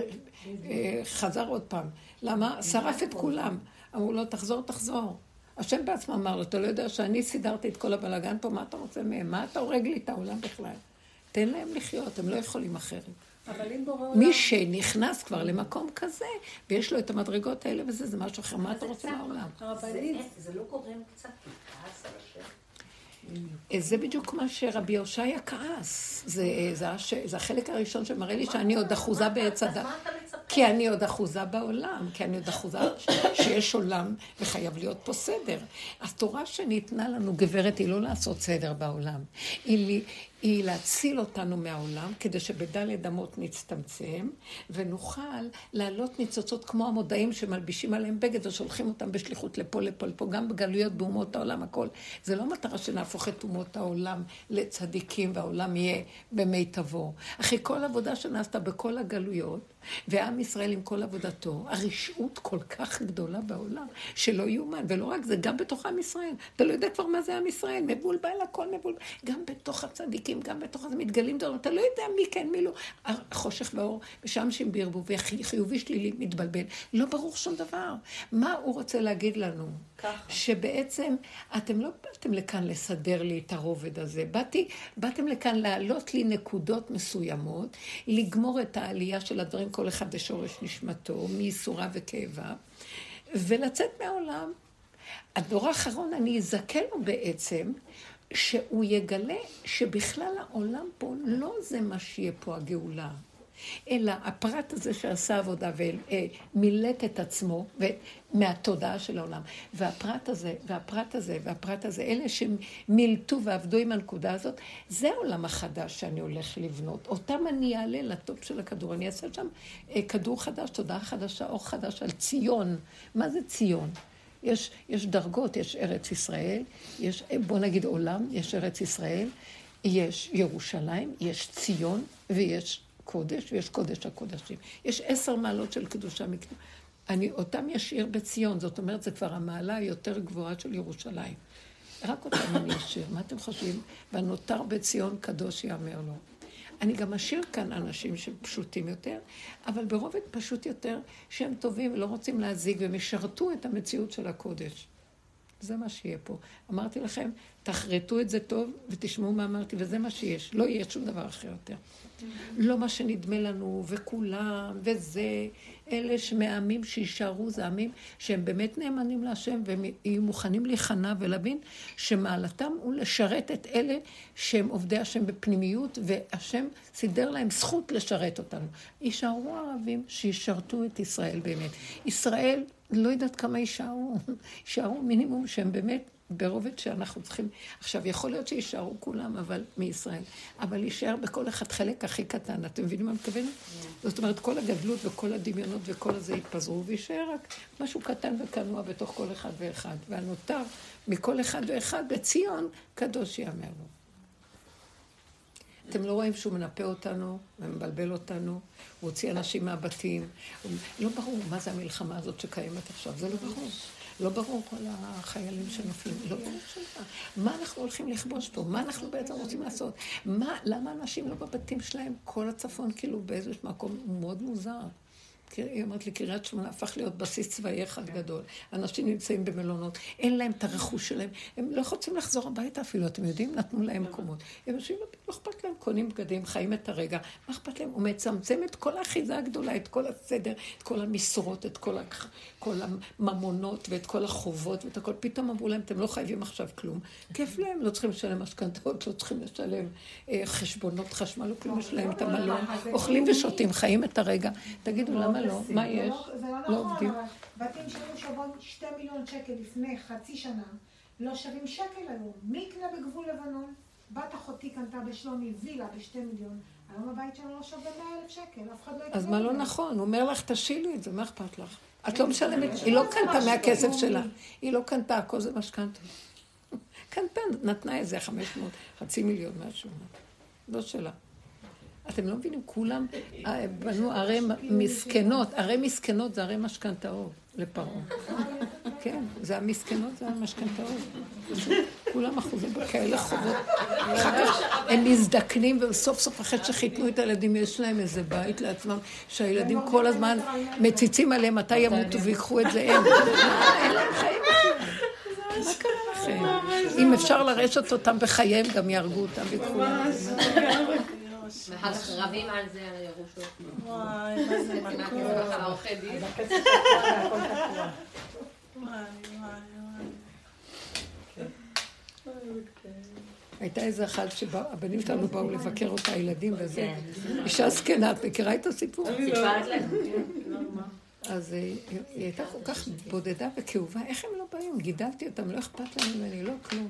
חזר עוד פעם. למה? שרף את כולם. אמרו לו, תחזור, תחזור. השם בעצמו אמר לו, אתה לא יודע שאני סידרתי את כל הבלגן פה, מה אתה רוצה מהם? מה אתה הורג לי את העולם בכלל? תן להם לחיות, הם לא יכולים אחרת. מי שנכנס כבר למקום כזה, ויש לו את המדרגות האלה וזה, זה משהו אחר. מה אתה רוצה מהעולם? זה לא גורם קצת כעס על השם? זה בדיוק מה שרבי הושעיה כעס. זה החלק הראשון שמראה לי שאני עוד אחוזה בעץ הדת. כי אני עוד אחוזה בעולם, כי אני עוד אחוזה שיש עולם וחייב להיות פה סדר. התורה שניתנה לנו, גברת, היא לא לעשות סדר בעולם. היא היא להציל אותנו מהעולם, כדי שבדלת אמות נצטמצם, ונוכל לעלות ניצוצות כמו המודעים שמלבישים עליהם בגד, ושולחים אותם בשליחות לפה, לפה, לפה, גם בגלויות באומות העולם, הכל. זה לא מטרה שנהפוך את אומות העולם לצדיקים, והעולם יהיה במיטבו. אחרי כל עבודה שנעשתה בכל הגלויות, ועם ישראל עם כל עבודתו, הרשעות כל כך גדולה בעולם, שלא יאומן, ולא רק זה, גם בתוך עם ישראל. אתה לא יודע כבר מה זה עם ישראל, מבולבל, הכל מבולבל. גם בתוך הצדיקים, גם בתוך זה מתגלים דברים, אתה לא יודע מי כן, מי לא. החושך והאור, ושם שהם בירבו, וחיובי שלילי מתבלבל. לא ברור שום דבר. מה הוא רוצה להגיד לנו? ככה. שבעצם אתם לא באתם לכאן לסדר לי את הרובד הזה. באתי, באתם לכאן להעלות לי נקודות מסוימות, לגמור את העלייה של הדברים, כל אחד לשורש נשמתו, מייסורה וכאבה, ולצאת מהעולם. הדור האחרון, אני אזכה לו בעצם, שהוא יגלה שבכלל העולם פה לא זה מה שיהיה פה הגאולה, אלא הפרט הזה שעשה עבודה ומילק את עצמו מהתודעה של העולם. והפרט הזה, והפרט הזה, והפרט הזה, אלה שמילטו ועבדו עם הנקודה הזאת, זה העולם החדש שאני הולך לבנות. אותם אני אעלה לטופ של הכדור. אני אעשה שם כדור חדש, תודעה חדשה, אור חדש על ציון. מה זה ציון? יש, יש דרגות, יש ארץ ישראל, יש, בוא נגיד עולם, יש ארץ ישראל, יש ירושלים, יש ציון ויש קודש, ויש קודש הקודשים. יש עשר מעלות של קדושה מקדושה. אני אותם ישאיר בציון, זאת אומרת, זה כבר המעלה היותר גבוהה של ירושלים. רק אותם אני אשאיר. מה אתם חושבים? והנותר בציון קדוש יאמר לו. אני גם אשאיר כאן אנשים שפשוטים יותר, אבל ברובד פשוט יותר, שהם טובים ולא רוצים להזיג, ומשרתו את המציאות של הקודש. זה מה שיהיה פה. אמרתי לכם, תחרטו את זה טוב ותשמעו מה אמרתי, וזה מה שיש. לא יהיה שום דבר אחר יותר. לא מה שנדמה לנו, וכולם, וזה, אלה שמאמים שישארו, זה עמים שהם באמת נאמנים להשם, והם יהיו מוכנים להיכנע ולהבין שמעלתם הוא לשרת את אלה שהם עובדי השם בפנימיות, והשם סידר להם זכות לשרת אותנו. יישארו הערבים שישרתו את ישראל באמת. ישראל, לא יודעת כמה יישארו, יישארו מינימום שהם באמת ברובד שאנחנו צריכים, עכשיו יכול להיות שישארו כולם, אבל מישראל, אבל יישאר בכל אחד חלק הכי קטן, אתם מבינים מה מתכוון? זאת אומרת, כל הגדלות וכל הדמיונות וכל הזה יתפזרו, ויישאר רק משהו קטן וקנוע בתוך כל אחד ואחד, והנותר מכל אחד ואחד בציון, קדוש יאמר לו. אתם לא רואים שהוא מנפה אותנו ומבלבל אותנו, הוא הוציא אנשים מהבתים, לא ברור מה זה המלחמה הזאת שקיימת עכשיו, זה לא ברור. לא ברור כל החיילים שנופלים, לא ברור שמה. מה אנחנו הולכים לכבוש פה? מה אנחנו בעצם רוצים לעשות? מה, למה אנשים לא בבתים שלהם? כל הצפון כאילו באיזשהו מקום מאוד מוזר. היא אומרת לי, קריית שמונה הפך להיות בסיס צבאי אחד גדול. אנשים נמצאים במלונות, אין להם את הרכוש שלהם. הם לא רוצים לחזור הביתה אפילו, אתם יודעים? נתנו להם מקומות. הם יושבים, לא אכפת להם, קונים בגדים, חיים את הרגע. מה אכפת להם? הוא מצמצם את כל האחיזה הגדולה, את כל הסדר, את כל המשרות, את כל, הכ... כל הממונות ואת כל החובות ואת הכל. פתאום אמרו להם, אתם לא חייבים עכשיו כלום. כיף להם, לא צריכים לשלם משכנתאות, לא צריכים לשלם אה, חשבונות חשמל, לא כלום יש להם את המלון. אוכלים ושותים, חיים את הרגע. תגידו, למה לא? מה יש? זה לא נכון, אבל בתים שהיו שווים שתי מיליון שקל לפני חצי שנה, לא שווים שקל היום. מי קנה בגבול לבנון? בת אחותי קנתה בשלומי וילה בשתי מיליון. היום הבית שלנו לא שווה מאה אלף שקל, אף אחד לא יקנה. אז מה לא נכון? הוא אומר לך, תשילי את זה, מה אכפת לך? את לא משלמת, היא לא קנתה מהכסף שלה. היא לא קנתה, הכל זה משכנתה. קנתה, נתנה איזה חמש מאות, חצי מיליון משהו. לא שלה. אתם לא מבינים, כולם בנו ערי מסכנות, ערי מסכנות זה ערי משכנתאות לפרעה. כן, זה המסכנות, זה המשכנתאות. כולם אחוזים בכאלה חובות. אחר כך הם מזדקנים, וסוף סוף אחרי שחיתנו את הילדים, יש להם איזה בית לעצמם, שהילדים כל הזמן מציצים עליהם, מתי ימותו ויקחו את זה, אין. אין להם חיים בכלל. מה קרה לכם? אם אפשר לרשת אותם בחייהם, גם יהרגו אותם ויקחו להם. ואחר כך רבים על זה, על הירושות. וואי, מה זה מקום. העורכי דין. וואי, וואי, וואי. הייתה איזה אחת שהבנים שלנו באו לבקר אותה, הילדים וזה. אישה זקנה, את מכירה את הסיפור? סיפרת להם. אז היא הייתה כל כך בודדה וכאובה, איך הם לא באים? גידלתי אותם, לא אכפת להם ממני, לא כלום.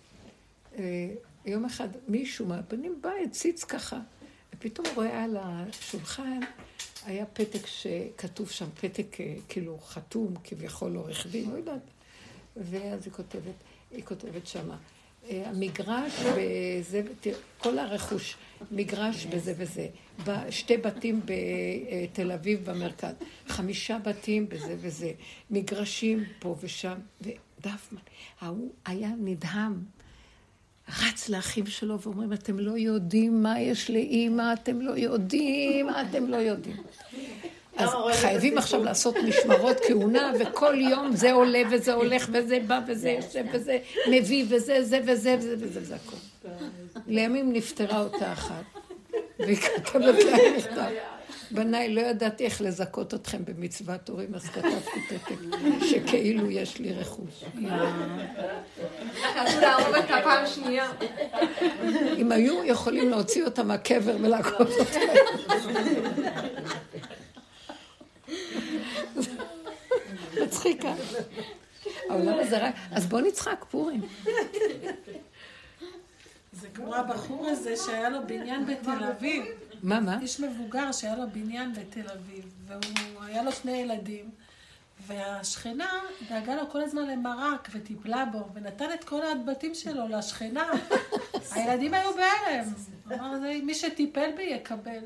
יום אחד מישהו מהבנים בא, הציץ ככה, ופתאום הוא רואה על השולחן, היה פתק שכתוב שם, פתק כאילו חתום, כביכול עורך דין, לא יודעת. ואז היא כותבת, היא כותבת שמה, המגרש בזה, כל הרכוש, מגרש בזה וזה, שתי בתים בתל אביב במרכז, חמישה בתים בזה וזה, מגרשים פה ושם, ודפמן, הוא היה נדהם, רץ לאחים שלו ואומרים, אתם לא יודעים מה יש לאמא, אתם לא יודעים, אתם לא יודעים. אז חייבים עכשיו לעשות משמרות כהונה, וכל יום זה עולה וזה הולך וזה בא וזה יושב וזה מביא וזה זה וזה וזה וזה וזה הכל. לימים נפטרה אותה אחת, והיא כתבת להם מכתב. בניי, לא ידעתי איך לזכות אתכם במצוות הורים, אז כתבתי פתק, שכאילו יש לי רכוש. רצו להרוג את הפעם שנייה. אם היו יכולים להוציא אותם מהקבר ולעקוד אותם. מצחיקה. העולם הזה רק... אז בוא נצחק פורים. זה כמו הבחור הזה שהיה לו בניין בתל אביב. מה, מה? איש מבוגר שהיה לו בניין בתל אביב, והוא היה לו שני ילדים, והשכנה דאגה לו כל הזמן למרק וטיפלה בו, ונתן את כל הבתים שלו לשכנה. הילדים היו בהלם. אמר, מי שטיפל בי יקבל.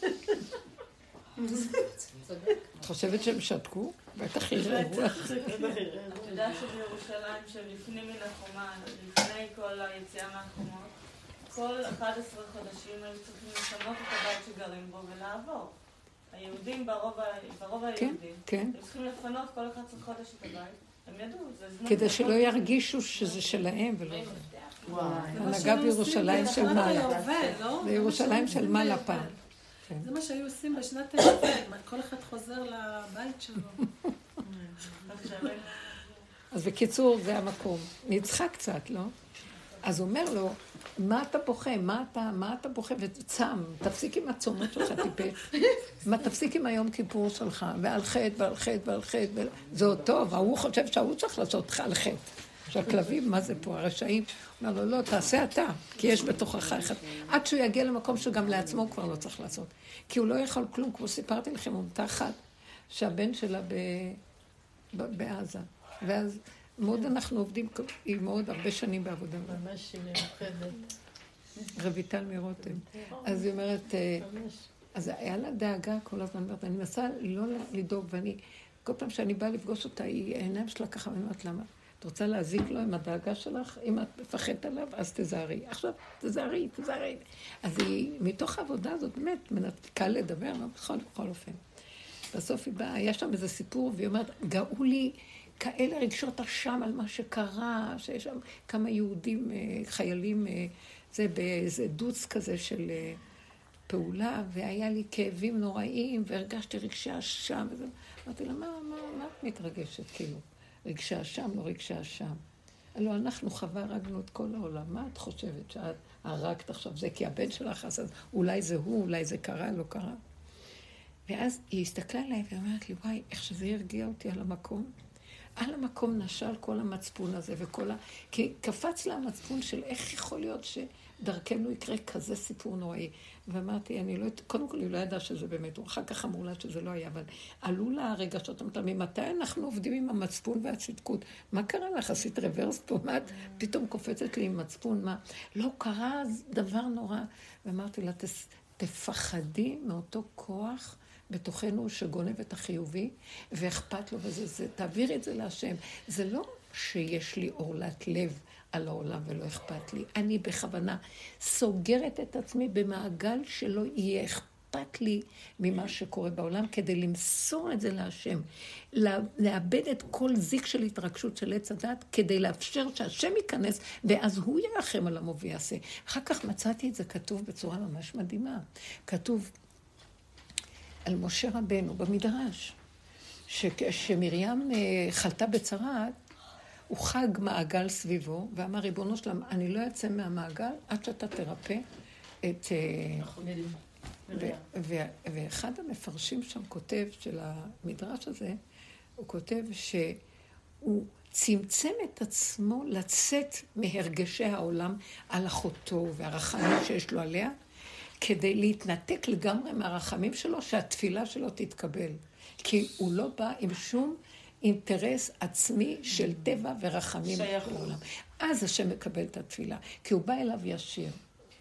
את חושבת שהם שתקו? בטח יראו. את יודעת שבירושלים שלפני מן החומה, לפני כל היציאה מהחומות, כל אחד עשר חודשים היו צריכים לשנות את הבית שגרים בו ולעבור. היהודים ברוב היהודים, הם צריכים לפנות כל אחד עשר חודש את הבית. הם ידעו, זה זמן. כדי שלא ירגישו שזה שלהם ולא זה. הנהגה בירושלים של מעלה. זה ירושלים של מעלה פעם. זה מה שהיו עושים בשנת היובל, כל אחד חוזר לבית שלו. אז בקיצור, זה המקום. נצחק קצת, לא? אז הוא אומר לו, מה אתה בוכה? מה אתה, מה אתה בוכה? וצם, תפסיק עם הצומות שלך, טיפש. מה, תפסיק עם היום כיפור שלך, ועל חטא, ועל חטא, ועל חטא. זה עוד טוב, הוא חושב שהוא צריך לעשות לך על חטא. שהכלבים, מה זה פה, הרשעים? הוא אומר לו, לא, תעשה אתה, כי יש בתוכך אחד. עד שהוא יגיע למקום שגם לעצמו הוא כבר לא צריך לעשות. כי הוא לא יכול כלום, כמו סיפרתי לכם, הוא מתחת שהבן שלה ב... ב... בעזה. ואז מאוד אנחנו עובדים עם מאוד הרבה שנים בעבודה. ממש מיוחדת. רויטל מרותם. אז היא אומרת, אז היה לה דאגה כל הזמן, אומרת, אני מנסה לא לדאוג, ואני, כל פעם שאני באה לפגוש אותה, היא העיניים שלה ככה, ואני אומרת, למה? את רוצה להזיק לו עם הדאגה שלך? אם את מפחדת עליו, אז תזהרי. עכשיו, תזהרי, תזהרי. אז היא, מתוך העבודה הזאת, באמת, קל לדבר, לא בכל, בכל אופן. בסוף היא באה, היה שם איזה סיפור, והיא אומרת, גאו לי כאלה רגשות אשם על מה שקרה, שיש שם כמה יהודים, חיילים, זה באיזה דוץ כזה של פעולה, והיה לי כאבים נוראים, והרגשתי רגשי אשם, וזה... אמרתי לה, מה, מה, מה את מתרגשת, כאילו? רגשי אשם, לא רגשי אשם. הלוא אנחנו חווה הרגנו את כל העולם. מה את חושבת שאת הרגת עכשיו? זה כי הבן שלך, אז אולי זה הוא, אולי זה קרה, לא קרה. ואז היא הסתכלה עליי ואומרת לי, וואי, איך שזה הרגיע אותי על המקום. על המקום נשל כל המצפון הזה וכל ה... כי קפץ לה המצפון של איך יכול להיות שדרכנו יקרה כזה סיפור נוראי. ואמרתי, אני לא... קודם כל היא לא ידעה שזה באמת, הוא אחר כך אמרו לה שזה לא היה, אבל עלו לה הרגשות, אמרת, ממתי אנחנו עובדים עם המצפון והצדקות? מה קרה לך? עשית רוורס פה? מה את פתאום קופצת לי עם מצפון? מה? לא קרה דבר נורא. ואמרתי לה, תפחדי מאותו כוח בתוכנו שגונב את החיובי, ואכפת לו בזה, זה, תעביר את זה להשם. זה לא שיש לי אורלת לב על העולם ולא אכפת לי. אני בכוונה סוגרת את עצמי במעגל שלא יהיה אכפת לי ממה שקורה בעולם, כדי למסור את זה להשם. לאבד את כל זיק של התרגשות של עץ הדת, כדי לאפשר שהשם ייכנס, ואז הוא ירחם על עמו ויעשה. אחר כך מצאתי את זה כתוב בצורה ממש מדהימה. כתוב על משה רבנו במדרש, שכשמרים חלתה בצרת, הוא חג מעגל סביבו, ואמר, ריבונו שלם, אני לא אצא מהמעגל עד שאתה תרפא את... ואחד המפרשים שם כותב, של המדרש הזה, הוא כותב שהוא צמצם את עצמו לצאת מהרגשי העולם על אחותו והרחמים שיש לו עליה, כדי להתנתק לגמרי מהרחמים שלו, שהתפילה שלו תתקבל. כי הוא לא בא עם שום אינטרס עצמי של טבע ורחמים בעולם. אז השם מקבל את התפילה, כי הוא בא אליו ישיר.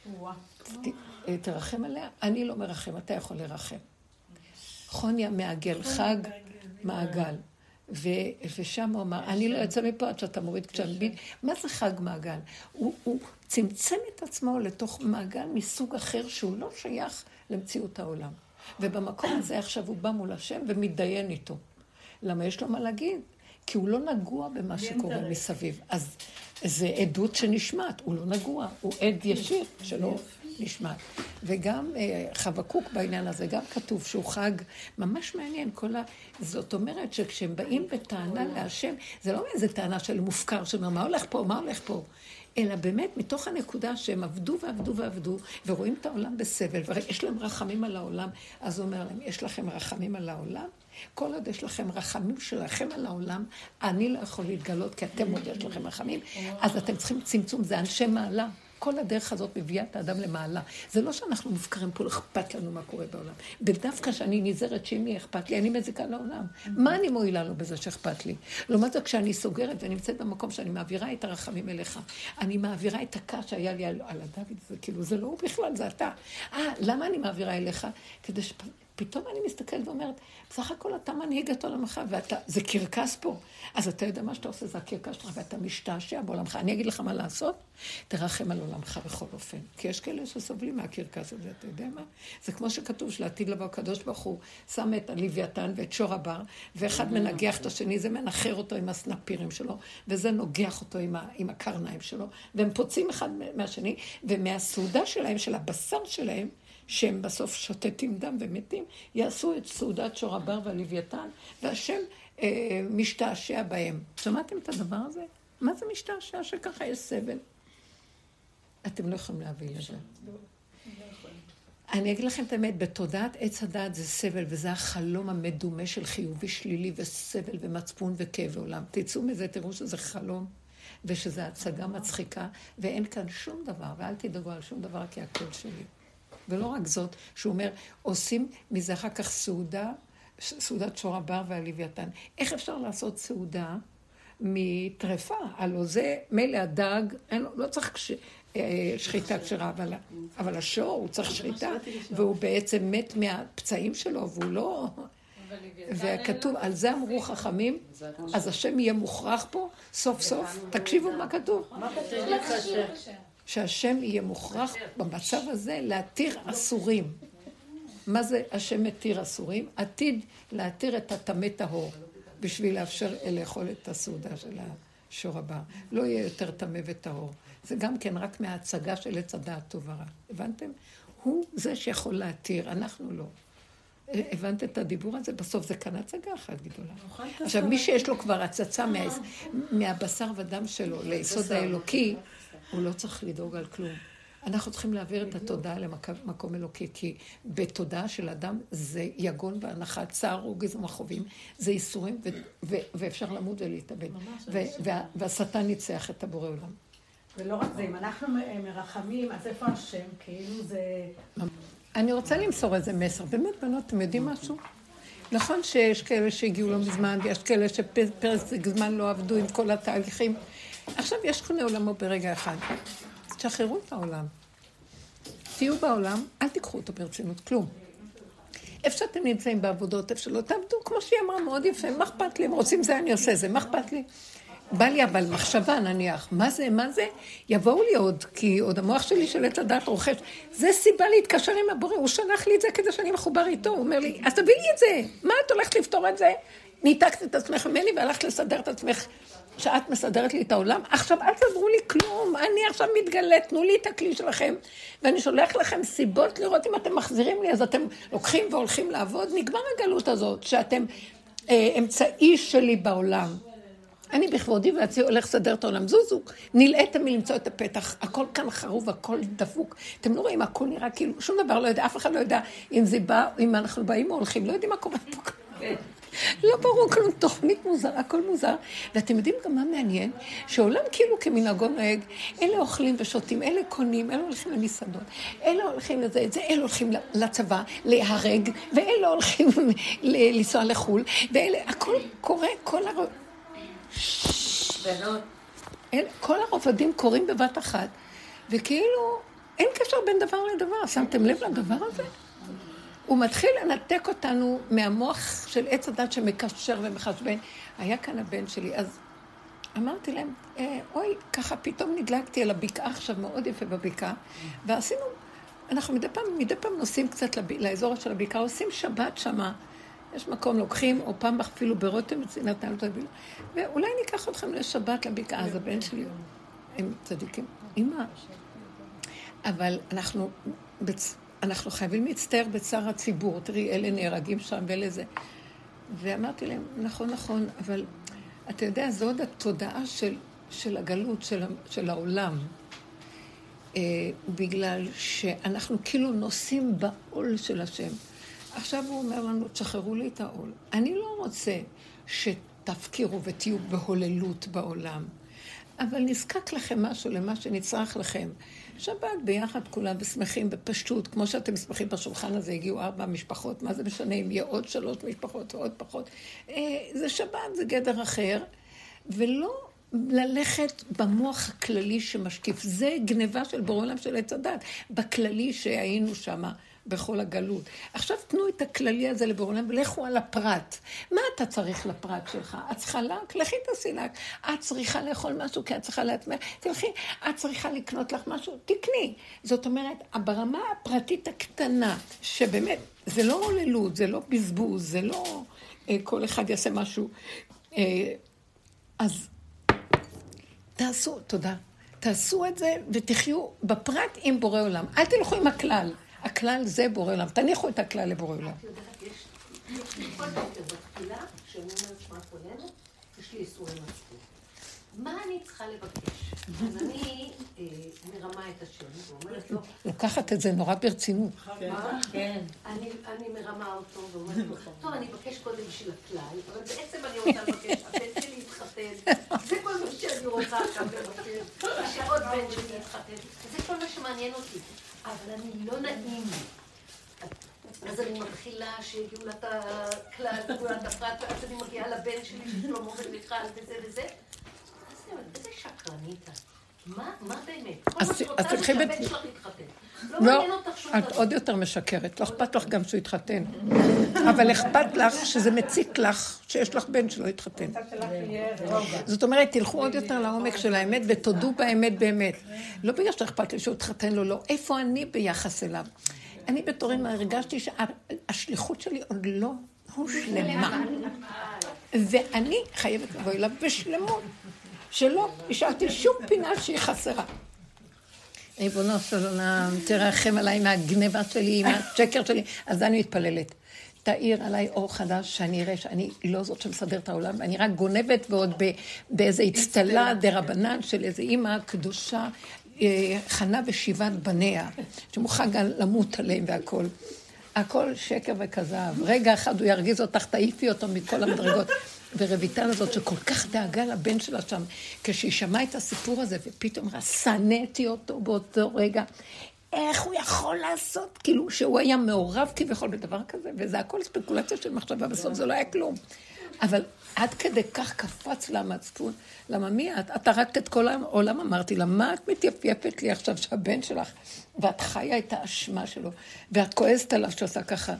תרחם עליה, אני לא מרחם, אתה יכול לרחם. חוניה מעגל, חג מעגל. ושם הוא אמר, אני לא יוצא מפה עד שאתה מוריד קצת בי. מה זה חג מעגל? הוא צמצם את עצמו לתוך מעגל מסוג אחר שהוא לא שייך למציאות העולם. ובמקום הזה עכשיו הוא בא מול השם ומתדיין איתו. למה יש לו מה להגיד? כי הוא לא נגוע במה שקורה מסביב. אז זה עדות שנשמעת, הוא לא נגוע, הוא עד ישיר שלא נשמעת. וגם חבקוק בעניין הזה, גם כתוב שהוא חג ממש מעניין. כל ה... זאת אומרת שכשהם באים בטענה להשם, זה לא איזה טענה של מופקר, שאומר, מה הולך פה, מה הולך פה? אלא באמת מתוך הנקודה שהם עבדו ועבדו ועבדו, ורואים את העולם בסבל, ויש להם רחמים על העולם, אז הוא אומר להם, יש לכם רחמים על העולם? כל עוד יש לכם רחמים שלכם על העולם, אני לא יכול להתגלות, כי אתם עוד יש לכם רחמים, אז אתם צריכים צמצום, זה אנשי מעלה. כל הדרך הזאת מביאה את האדם למעלה. זה לא שאנחנו מופקרים פה, אכפת לנו מה קורה בעולם. בדווקא שאני נזהרת שאם יהיה אכפת לי, אני מזיקה לעולם. מה אני מועילה לו בזה שאכפת לי? לעומת זאת, כשאני סוגרת ונמצאת במקום שאני מעבירה את הרחמים אליך, אני מעבירה את הכעס שהיה לי על, על הדוד, זה כאילו, זה לא הוא בכלל, זה אתה. אה, למה אני מעבירה אליך? כדי ש... פתאום אני מסתכלת ואומרת, בסך הכל אתה מנהיג את עולמך, ואתה, זה קרקס פה. אז אתה יודע מה שאתה עושה, זה הקרקס שלך, ואתה משתעשע בעולמך. אני אגיד לך מה לעשות, תרחם על עולמך בכל אופן. כי יש כאלה שסובלים מהקרקס הזה, אתה יודע מה? זה כמו שכתוב שלעתיד לבוא הקדוש ברוך הוא, שם את הלוויתן ואת שור הבר, ואחד מנגח את השני, זה מנחר אותו עם הסנפירים שלו, וזה נוגח אותו עם, ה, עם הקרניים שלו, והם פוצעים אחד מהשני, ומהסעודה שלהם, של הבשר שלהם, שהם בסוף שוטטים דם ומתים, יעשו את סעודת שור הבר והלוויתן, והשם אה, משתעשע בהם. שמעתם את הדבר הזה? מה זה משתעשע? שככה יש סבל. אתם לא יכולים להביא לזה. אני אגיד לכם את האמת, בתודעת עץ הדעת זה סבל, וזה החלום המדומה של חיובי שלילי וסבל ומצפון וכאב עולם. תצאו מזה, תראו שזה חלום, ושזה הצגה מצחיקה, ואין כאן שום דבר, ואל תדאגו על שום דבר, כי הכל שלי. ולא רק זאת, שהוא אומר, עושים מזה אחר כך סעודה, סעודת שור הבר והלוויתן. איך אפשר לעשות סעודה מטרפה? הלוא זה מילא הדג, אין, לא צריך כש, שחיטה כשרה, אבל, אבל השור הוא צריך שחיטה, והוא בעצם מת מהפצעים שלו, והוא לא... וכתוב, על זה אמרו חכמים, אז השם יהיה מוכרח פה, סוף סוף, תקשיבו מה כתוב. שהשם יהיה מוכרח במצב הזה להתיר אסורים. מה זה השם מתיר אסורים? עתיד להתיר את הטמא טהור, בשביל לאפשר לאכול את הסעודה של השור הבר. לא יהיה יותר טמא וטהור. זה גם כן רק מההצגה של עץ הדעת טוב ורע. הבנתם? הוא זה שיכול להתיר, אנחנו לא. הבנת את הדיבור הזה? בסוף זה כאן הצגה אחת גדולה. עכשיו, מי שיש לו כבר הצצה מהבשר ודם שלו ליסוד האלוקי, הוא לא צריך לדאוג על כלום. אנחנו צריכים להעביר את התודעה למקום אלוקי, כי בתודעה של אדם זה יגון והנחת, צער וגז ומחובים, זה איסורים, ואפשר למות ולהתאבד. והשטן ניצח את הבורא עולם. ולא רק זה, אם אנחנו מרחמים, אז איפה השם? כאילו זה... אני רוצה למסור איזה מסר. באמת, בנות, אתם יודעים משהו? נכון שיש כאלה שהגיעו לא מזמן, ויש כאלה שפרק זמן לא עבדו עם כל התהליכים. עכשיו יש קונה עולמו ברגע אחד. תשחררו את העולם. תהיו בעולם, אל תיקחו אותו ברצינות, כלום. איפה שאתם נמצאים בעבודות, איפה שלא תעבדו, כמו שהיא אמרה, מאוד יפה, מה אכפת לי? אם רוצים זה, אני עושה זה, מה אכפת לי? בא לי אבל מחשבה נניח, מה זה, מה זה? יבואו לי עוד, כי עוד המוח שלי של עץ הדעת רוכש. זה סיבה להתקשר עם הבורא, הוא שלח לי את זה כדי שאני מחובר איתו, הוא אומר לי, אז תביא לי את זה, מה את הולכת לפתור את זה? ניתקת את עצמך ממני והלכת לסדר את עצמך, שאת מסדרת לי את העולם, עכשיו אל תדברו לי כלום, אני עכשיו מתגלה, תנו לי את הכלי שלכם, ואני שולח לכם סיבות לראות אם אתם מחזירים לי, אז אתם לוקחים והולכים לעבוד, נגמר הגלות הזאת, שאתם אה, אמצעי שלי בעולם. אני בכבודי ועצי הולך לסדר את העולם, זוזו, נלאיתם מלמצוא את הפתח, הכל כאן חרוב, הכל דפוק, אתם לא רואים, הכל נראה כאילו, שום דבר לא יודע, אף אחד לא יודע אם זה בא, אם אנחנו באים או הולכים, לא יודעים מה קורה פה. לא ברור, כלום, תוכנית מוזר, הכל מוזר. ואתם יודעים גם מה מעניין? שעולם כאילו כמנהגו נוהג, אלה אוכלים ושותים, אלה קונים, אלה הולכים למסעדות, אלה הולכים לזה, את זה, אלה הולכים לצבא, להרג, ואלה הולכים לנסוע לחול, ואלה, הכל קורה, כל הרוב... כל הרובדים קורים בבת אחת, וכאילו אין קשר בין דבר לדבר. שמתם לב לדבר הזה? הוא מתחיל לנתק אותנו מהמוח של עץ הדת שמקשר ומחשבן. היה כאן הבן שלי, אז אמרתי להם, אוי, ככה פתאום נדלקתי על הבקעה עכשיו, מאוד יפה בבקעה, ועשינו, אנחנו מדי פעם, מדי פעם נוסעים קצת לאזור של הבקעה, עושים שבת שמה, יש מקום, לוקחים, או פעם אפילו ברותם, נתנו את הבילה, ואולי ניקח אתכם לשבת לבקעה, אז הבן שלי, הם צדיקים. אמא, אבל אנחנו, בצ... אנחנו חייבים להצטער בצער הציבור. תראי, אלה נהרגים שם ואלה זה. ואמרתי להם, נכון, נכון, אבל אתה יודע, זו עוד התודעה של, של הגלות, של, של העולם. אה, בגלל שאנחנו כאילו נושאים בעול של השם. עכשיו הוא אומר לנו, תשחררו לי את העול. אני לא רוצה שתפקירו ותהיו בהוללות בעולם. אבל נזקק לכם משהו, למה שנצרך לכם. שבת ביחד כולם ושמחים בפשטות, כמו שאתם שמחים בשולחן הזה, הגיעו ארבע משפחות, מה זה משנה אם יהיה עוד שלוש משפחות או עוד פחות. זה שבת, זה גדר אחר, ולא ללכת במוח הכללי שמשקיף. זה גניבה של בורא עולם של עץ הדת, בכללי שהיינו שם בכל הגלות. עכשיו תנו את הכללי הזה לבורא עולם ולכו על הפרט. מה אתה צריך לפרט שלך? את צריכה לק? לכי תעשי לק. את צריכה לאכול משהו כי את צריכה לעצמך. תלכי, את צריכה לקנות לך משהו, תקני. זאת אומרת, ברמה הפרטית הקטנה, שבאמת, זה לא הוללות, זה לא בזבוז, זה לא אה, כל אחד יעשה משהו. אה, אז תעשו, תודה. תעשו את זה ותחיו בפרט עם בורא עולם. אל תלכו עם הכלל. הכלל זה בורא עולם. תניחו את הכלל לבורא עולם. את יודעת, יש כל בוקר בתפילה, שאני אומרת שמה כולנו, יש לי איסורי מצפון. מה אני צריכה לבקש? אז אני מרמה את השם, ואומרת לו... לוקחת את זה נורא ברצינות. מה? כן. אני מרמה אותו, ואומרת לו, טוב, אני אבקש קודם בשביל הכלל, אבל בעצם אני רוצה לבקש, הבן שלי יתחתן. זה כל מה שאני רוצה עכשיו לבקש. שעוד בן שלי יתחתן. זה כל מה שמעניין אותי. אבל אני לא נעים לי. אז אני מתחילה שגאולת הכלל, גאולת הפרט, ואז אני מגיעה לבן שלי ששלמה ומיכל וזה וזה. אז איזה שקרנית. מה באמת? כל מה שרוצה זה שהבן שלך יתחתן. לא מעניין אותך שום דבר. את עוד יותר משקרת. לא אכפת לך גם שהוא יתחתן. אבל אכפת לך שזה מציק לך שיש לך בן שלא יתחתן. זאת אומרת, תלכו עוד יותר לעומק של האמת ותודו באמת באמת. לא בגלל שאכפת לי שהוא יתחתן לו, לא. איפה אני ביחס אליו? אני בתורים הרגשתי שהשליחות שלי עוד לא הושלמה. ואני חייבת לבוא אליו בשלמות. שלא השארתי שום פינה שהיא חסרה. ריבונו של עולם, תרחם עליי מהגניבה שלי, מהשקר שלי. אז אני מתפללת. תאיר עליי אור חדש, שאני אראה שאני לא זאת שמסדר את העולם, אני רק גונבת ועוד באיזו הצטלה דרבנן של איזו אימא קדושה, חנה ושבעת בניה, שמוכן גם למות עליהם והכל. הכל שקר וכזב. רגע אחד הוא ירגיז אותך, תעיפי אותו מכל המדרגות. ורביטל הזאת שכל כך דאגה לבן שלה שם, כשהיא שמעה את הסיפור הזה, ופתאום אמרה, שנאתי אותו באותו רגע. איך הוא יכול לעשות? כאילו שהוא היה מעורב כביכול בדבר כזה, וזה הכל ספקולציה של מחשבה, בסוף זה לא היה כלום. אבל עד כדי כך קפץ לה מצפון, למה מי את? את הרגת את כל העולם, אמרתי לה, מה את מתייפייפת לי עכשיו שהבן שלך, ואת חיה את האשמה שלו, ואת כועסת עליו שעושה ככה,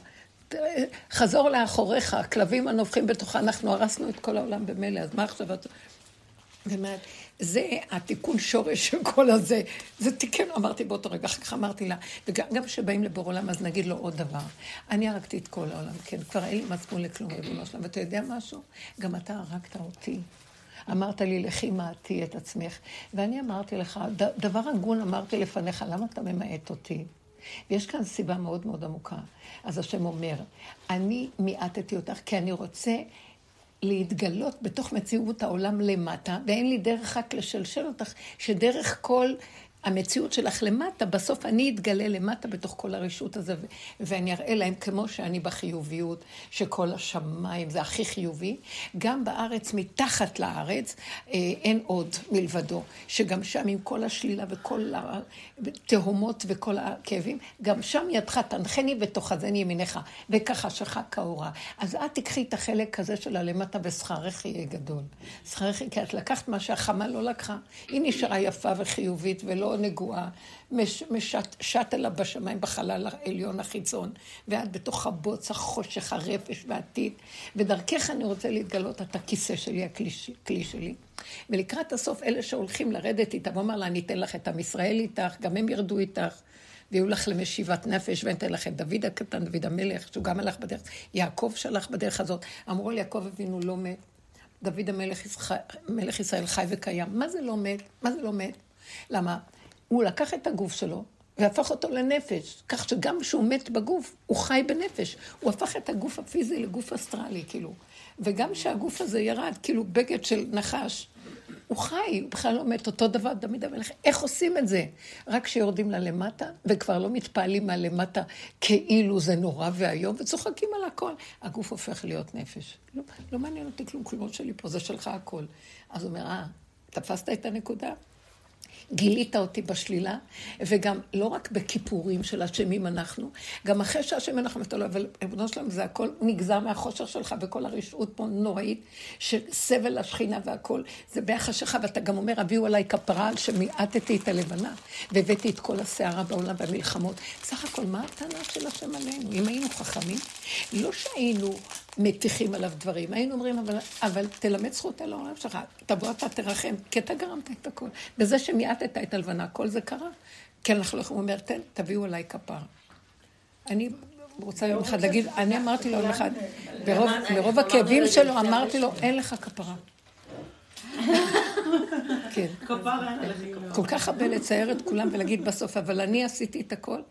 חזור לאחוריך, הכלבים הנובחים בתוכה, אנחנו הרסנו את כל העולם במילא, אז מה עכשיו את... ומעט, זה התיקון שורש של כל הזה, זה תיקן, אמרתי באותו רגע, אחר כך אמרתי לה, וגם כשבאים לבור עולם, אז נגיד לו עוד דבר, אני הרגתי את כל העולם, כן, כבר אין לי מצפון לכלום, ריבונו שלם, ואתה יודע משהו? גם אתה הרגת אותי. אמרת לי, לכי מעטי את עצמך, ואני אמרתי לך, דבר הגון אמרתי לפניך, למה אתה ממעט אותי? ויש כאן סיבה מאוד מאוד עמוקה. אז השם אומר, אני מיעטתי אותך, כי אני רוצה להתגלות בתוך מציאות העולם למטה, ואין לי דרך רק לשלשל אותך, שדרך כל המציאות שלך למטה, בסוף אני אתגלה למטה בתוך כל הרשות הזה, ואני אראה להם כמו שאני בחיוביות, שכל השמיים זה הכי חיובי, גם בארץ, מתחת לארץ, אין עוד מלבדו, שגם שם עם כל השלילה וכל התהומות וכל הכאבים, גם שם ידך תנחני ותאחזני ימינך, וככה שכה כאורה. אז את תקחי את החלק הזה שלה למטה, ושכרך יהיה גדול. שכרך, כי את לקחת מה שהחמה לא לקחה, היא נשארה יפה וחיובית ולא נגועה, משט אליו בשמיים בחלל העליון החיצון, ועד בתוך הבוץ, החושך, הרפש והעתיד, ודרכך אני רוצה להתגלות את הכיסא שלי, הכלי שלי. ולקראת הסוף, אלה שהולכים לרדת איתה, ואומר לה, אני אתן לך את עם ישראל איתך, גם הם ירדו איתך, ויהיו לך למשיבת נפש, ואתן לך את דוד הקטן, דוד המלך, שהוא גם הלך בדרך, יעקב שלח בדרך הזאת. אמרו לי, יעקב אבינו לא מת, דוד המלך ישראל, מלך ישראל חי וקיים. מה זה לא מת? מה זה לא מת? למה? הוא לקח את הגוף שלו, והפך אותו לנפש, כך שגם כשהוא מת בגוף, הוא חי בנפש. הוא הפך את הגוף הפיזי לגוף אסטרלי, כאילו. וגם שהגוף הזה ירד, כאילו בגד של נחש, הוא חי, הוא בכלל לא מת, אותו דבר דוד המלך. איך עושים את זה? רק כשיורדים ללמטה, וכבר לא מתפעלים מהלמטה, כאילו זה נורא והיום, וצוחקים על הכל. הגוף הופך להיות נפש. לא, לא מעניין אותי כלום, כלום שלי פה, זה שלך הכל. אז הוא אומר, אה, תפסת את הנקודה? גילית אותי בשלילה, וגם לא רק בכיפורים של השמים אנחנו, גם אחרי שהשם אנחנו מתעלו, אבל בנו שלנו זה הכל נגזר מהחושך שלך, וכל הרשעות פה נוראית, של סבל השכינה והכל, זה ביחד שלך, ואתה גם אומר, הביאו עליי כפרה על שמיעטתי את הלבנה, והבאתי את כל הסערה בעולם והמלחמות. סך הכל, מה הטענה של השם עלינו? אם היינו חכמים, לא שהיינו מתיחים עליו דברים, היינו אומרים, אבל, אבל תלמד זכות על העולם שלך, תבוא אתה תרחם, כי אתה גרמת את הכל. בזה שמיעטת את הלבנה, כל זה קרה. כי אנחנו לא יכולים, הוא אומר, תן, תביאו עליי כפר. אני רוצה יום אחד להגיד, אני אמרתי לו יום אחד, מרוב הכאבים שלו, אמרתי לו, אין לך כפרה. כן. כל כך הרבה לצייר את כולם ולהגיד בסוף, אבל אני עשיתי את הכל.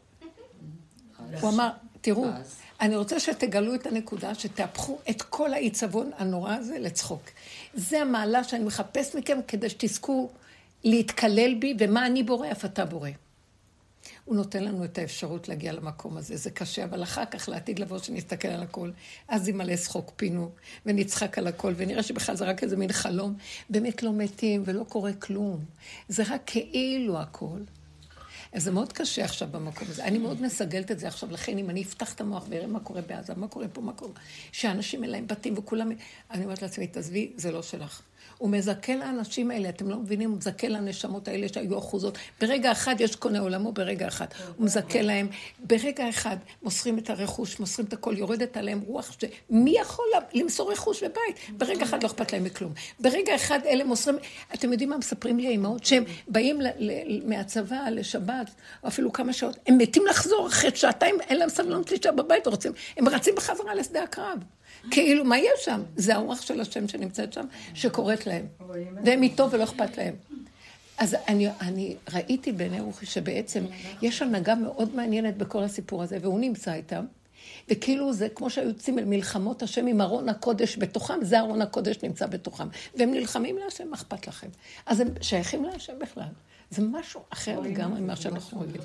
הוא אמר, תראו, אני רוצה שתגלו את הנקודה, שתהפכו את כל העיצבון הנורא הזה לצחוק. זה המעלה שאני מחפש מכם כדי שתזכו להתקלל בי, ומה אני בורא, אף אתה בורא. הוא נותן לנו את האפשרות להגיע למקום הזה. זה קשה, אבל אחר כך לעתיד לבוא שנסתכל על הכל, אז ימלא שחוק פינו, ונצחק על הכל, ונראה שבכלל זה רק איזה מין חלום. באמת לא מתים ולא קורה כלום. זה רק כאילו הכל. אז זה מאוד קשה עכשיו במקום הזה. אני מאוד מסגלת את זה עכשיו, לכן אם אני אפתח את המוח ואראה מה קורה בעזה, מה קורה פה, מה קורה, שאנשים אליהם בתים וכולם, אני אומרת לעצמי, תעזבי, זה לא שלך. הוא מזכה לאנשים האלה, אתם לא מבינים, הוא מזכה לנשמות האלה שהיו אחוזות. ברגע אחד יש קונה עולמו, ברגע אחד. הוא מזכה להם, ברגע אחד מוסרים את הרכוש, מוסרים את הכל, יורדת עליהם רוח, מי יכול למסור רכוש בבית? ברגע אחד לא אכפת להם מכלום. ברגע אחד אלה מוסרים, אתם יודעים מה מספרים לי האימהות, שהם באים מהצבא לשבת, או אפילו כמה שעות, הם מתים לחזור אחרי שעתיים, אין להם סבלנות להישאר בבית, הם רצים בחזרה לשדה הקרב. כאילו, מה יש שם? זה הרוח של השם שנמצאת שם, שקוראת להם. והם איתו ולא אכפת להם. אז אני, אני ראיתי בעיני רוחי שבעצם יש הנהגה מאוד מעניינת בכל הסיפור הזה, והוא נמצא איתם, וכאילו זה כמו שהיו יוצאים אל מלחמות השם עם ארון הקודש בתוכם, זה ארון הקודש נמצא בתוכם, והם נלחמים להשם, מה אכפת לכם? אז הם שייכים להשם בכלל. זה משהו אחר לגמרי ממה שאנחנו רואים.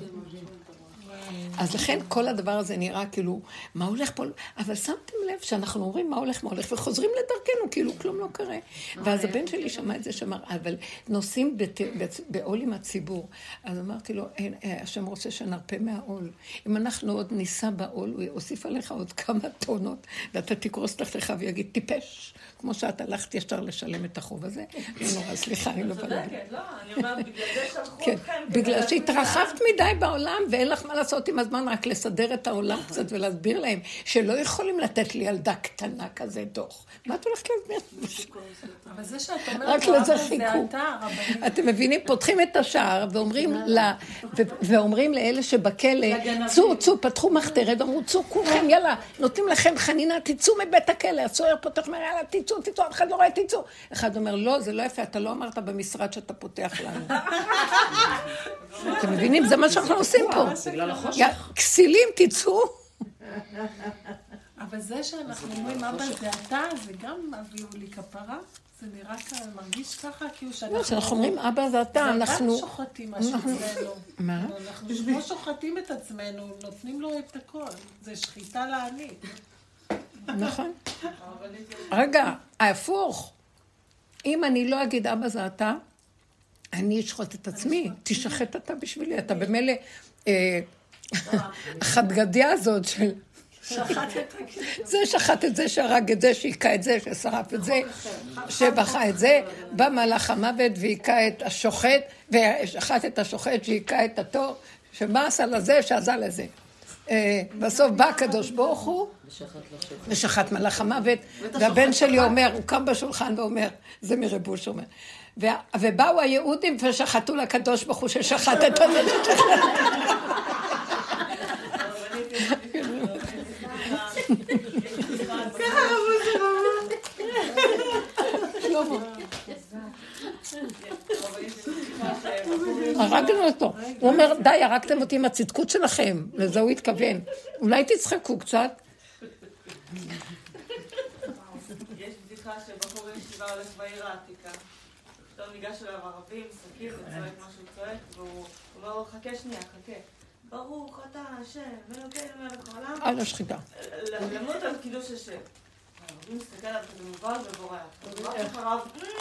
אז לכן כל הדבר הזה נראה כאילו, מה הולך פה? אבל שמתם לב שאנחנו אומרים מה הולך, מה הולך, וחוזרים לדרכנו, כאילו כלום לא קרה. ואז הבן שלי שמע את זה, שאמר, אבל נוסעים בעול עם הציבור. אז אמרתי לו, השם רוצה שנרפה מהעול. אם אנחנו עוד ניסע בעול, הוא יוסיף עליך עוד כמה טונות, ואתה תקרוס תחתיך ויגיד, טיפש, כמו שאת הלכת ישר לשלם את החוב הזה. לא נורא, סליחה, אני לא בלעד. לא, אני אומרת, בגלל זה שלחו אתכם. בגלל שהתרחבת מדי בעולם, ואין לך מה לעשות עם הזמן, רק לסדר את העולם קצת ולהסביר להם, שלא יכולים לתת לי ילדה קטנה כזה דוח. מה את הולכת להסביר? אבל זה שאת אומרת, זה אתה, רבנים. אתם מבינים, פותחים את השער, ואומרים לאלה שבכלא, צאו, צאו, פתחו מחתרת, ואמרו, צאו כולכם, יאללה, נותנים לכם חנינה, תצאו מבית הכלא, הסוהר פותח אומר, יאללה, תצאו, תצאו, אחד לא רואה, תצאו. אחד אומר, לא, זה לא יפה, אתה לא אמרת במשרד שאתה פותח לנו. אתם מבינים, זה מה שאנחנו עושים פה. כסילים, תצאו. אבל זה שאנחנו אומרים, אבא זה אתה, זה גם הביאו לי כפרה, זה נראה כאן, מרגיש ככה, כאילו שאנחנו... לא, שאנחנו אומרים, אבא זה אתה, אנחנו... זה גם שוחטים מה שאצלנו. מה? אנחנו כמו שוחטים את עצמנו, נותנים לו את הכל. זה שחיטה לעני. נכון. רגע, ההפוך. אם אני לא אגיד, אבא זה אתה, אני אשחוט את עצמי, תשחט אתה בשבילי, אתה במילא... החדגדיה הזאת של... זה שחט את זה, שהרג את זה, שהיכה את זה, ששרף את זה, שבחה את זה, בא מלאך המוות והיכה את השוחט, ושחט את השוחט שהיכה את התור, שמה עשה לזה, שעזה לזה. בסוף בא הקדוש ברוך הוא, ושחט מלאך המוות, והבן שלי אומר, הוא קם בשולחן ואומר, זה מרבוש אומר, ובאו היהודים ושחטו לקדוש ברוך הוא ששחט את הזה. ככה רבו זה רבו. הרגנו אותו. הוא אומר, די, הרגתם אותי עם הצדקות שלכם. לזה הוא התכוון. אולי תצחקו קצת. יש בדיחה שבחור ישיבה הולך בעיר העתיקה. פתאום ניגש אליו ערבי, מסכים, וצועק מה שהוא צועק, והוא אומר לו, חכה שנייה, חכה. ברוך אתה השם, ואלוקינו מלך העולם. על השחיטה. למות על קידוש השם. הוא מסתכל עליו כזה מובל ובורח. הוא בא אחריו.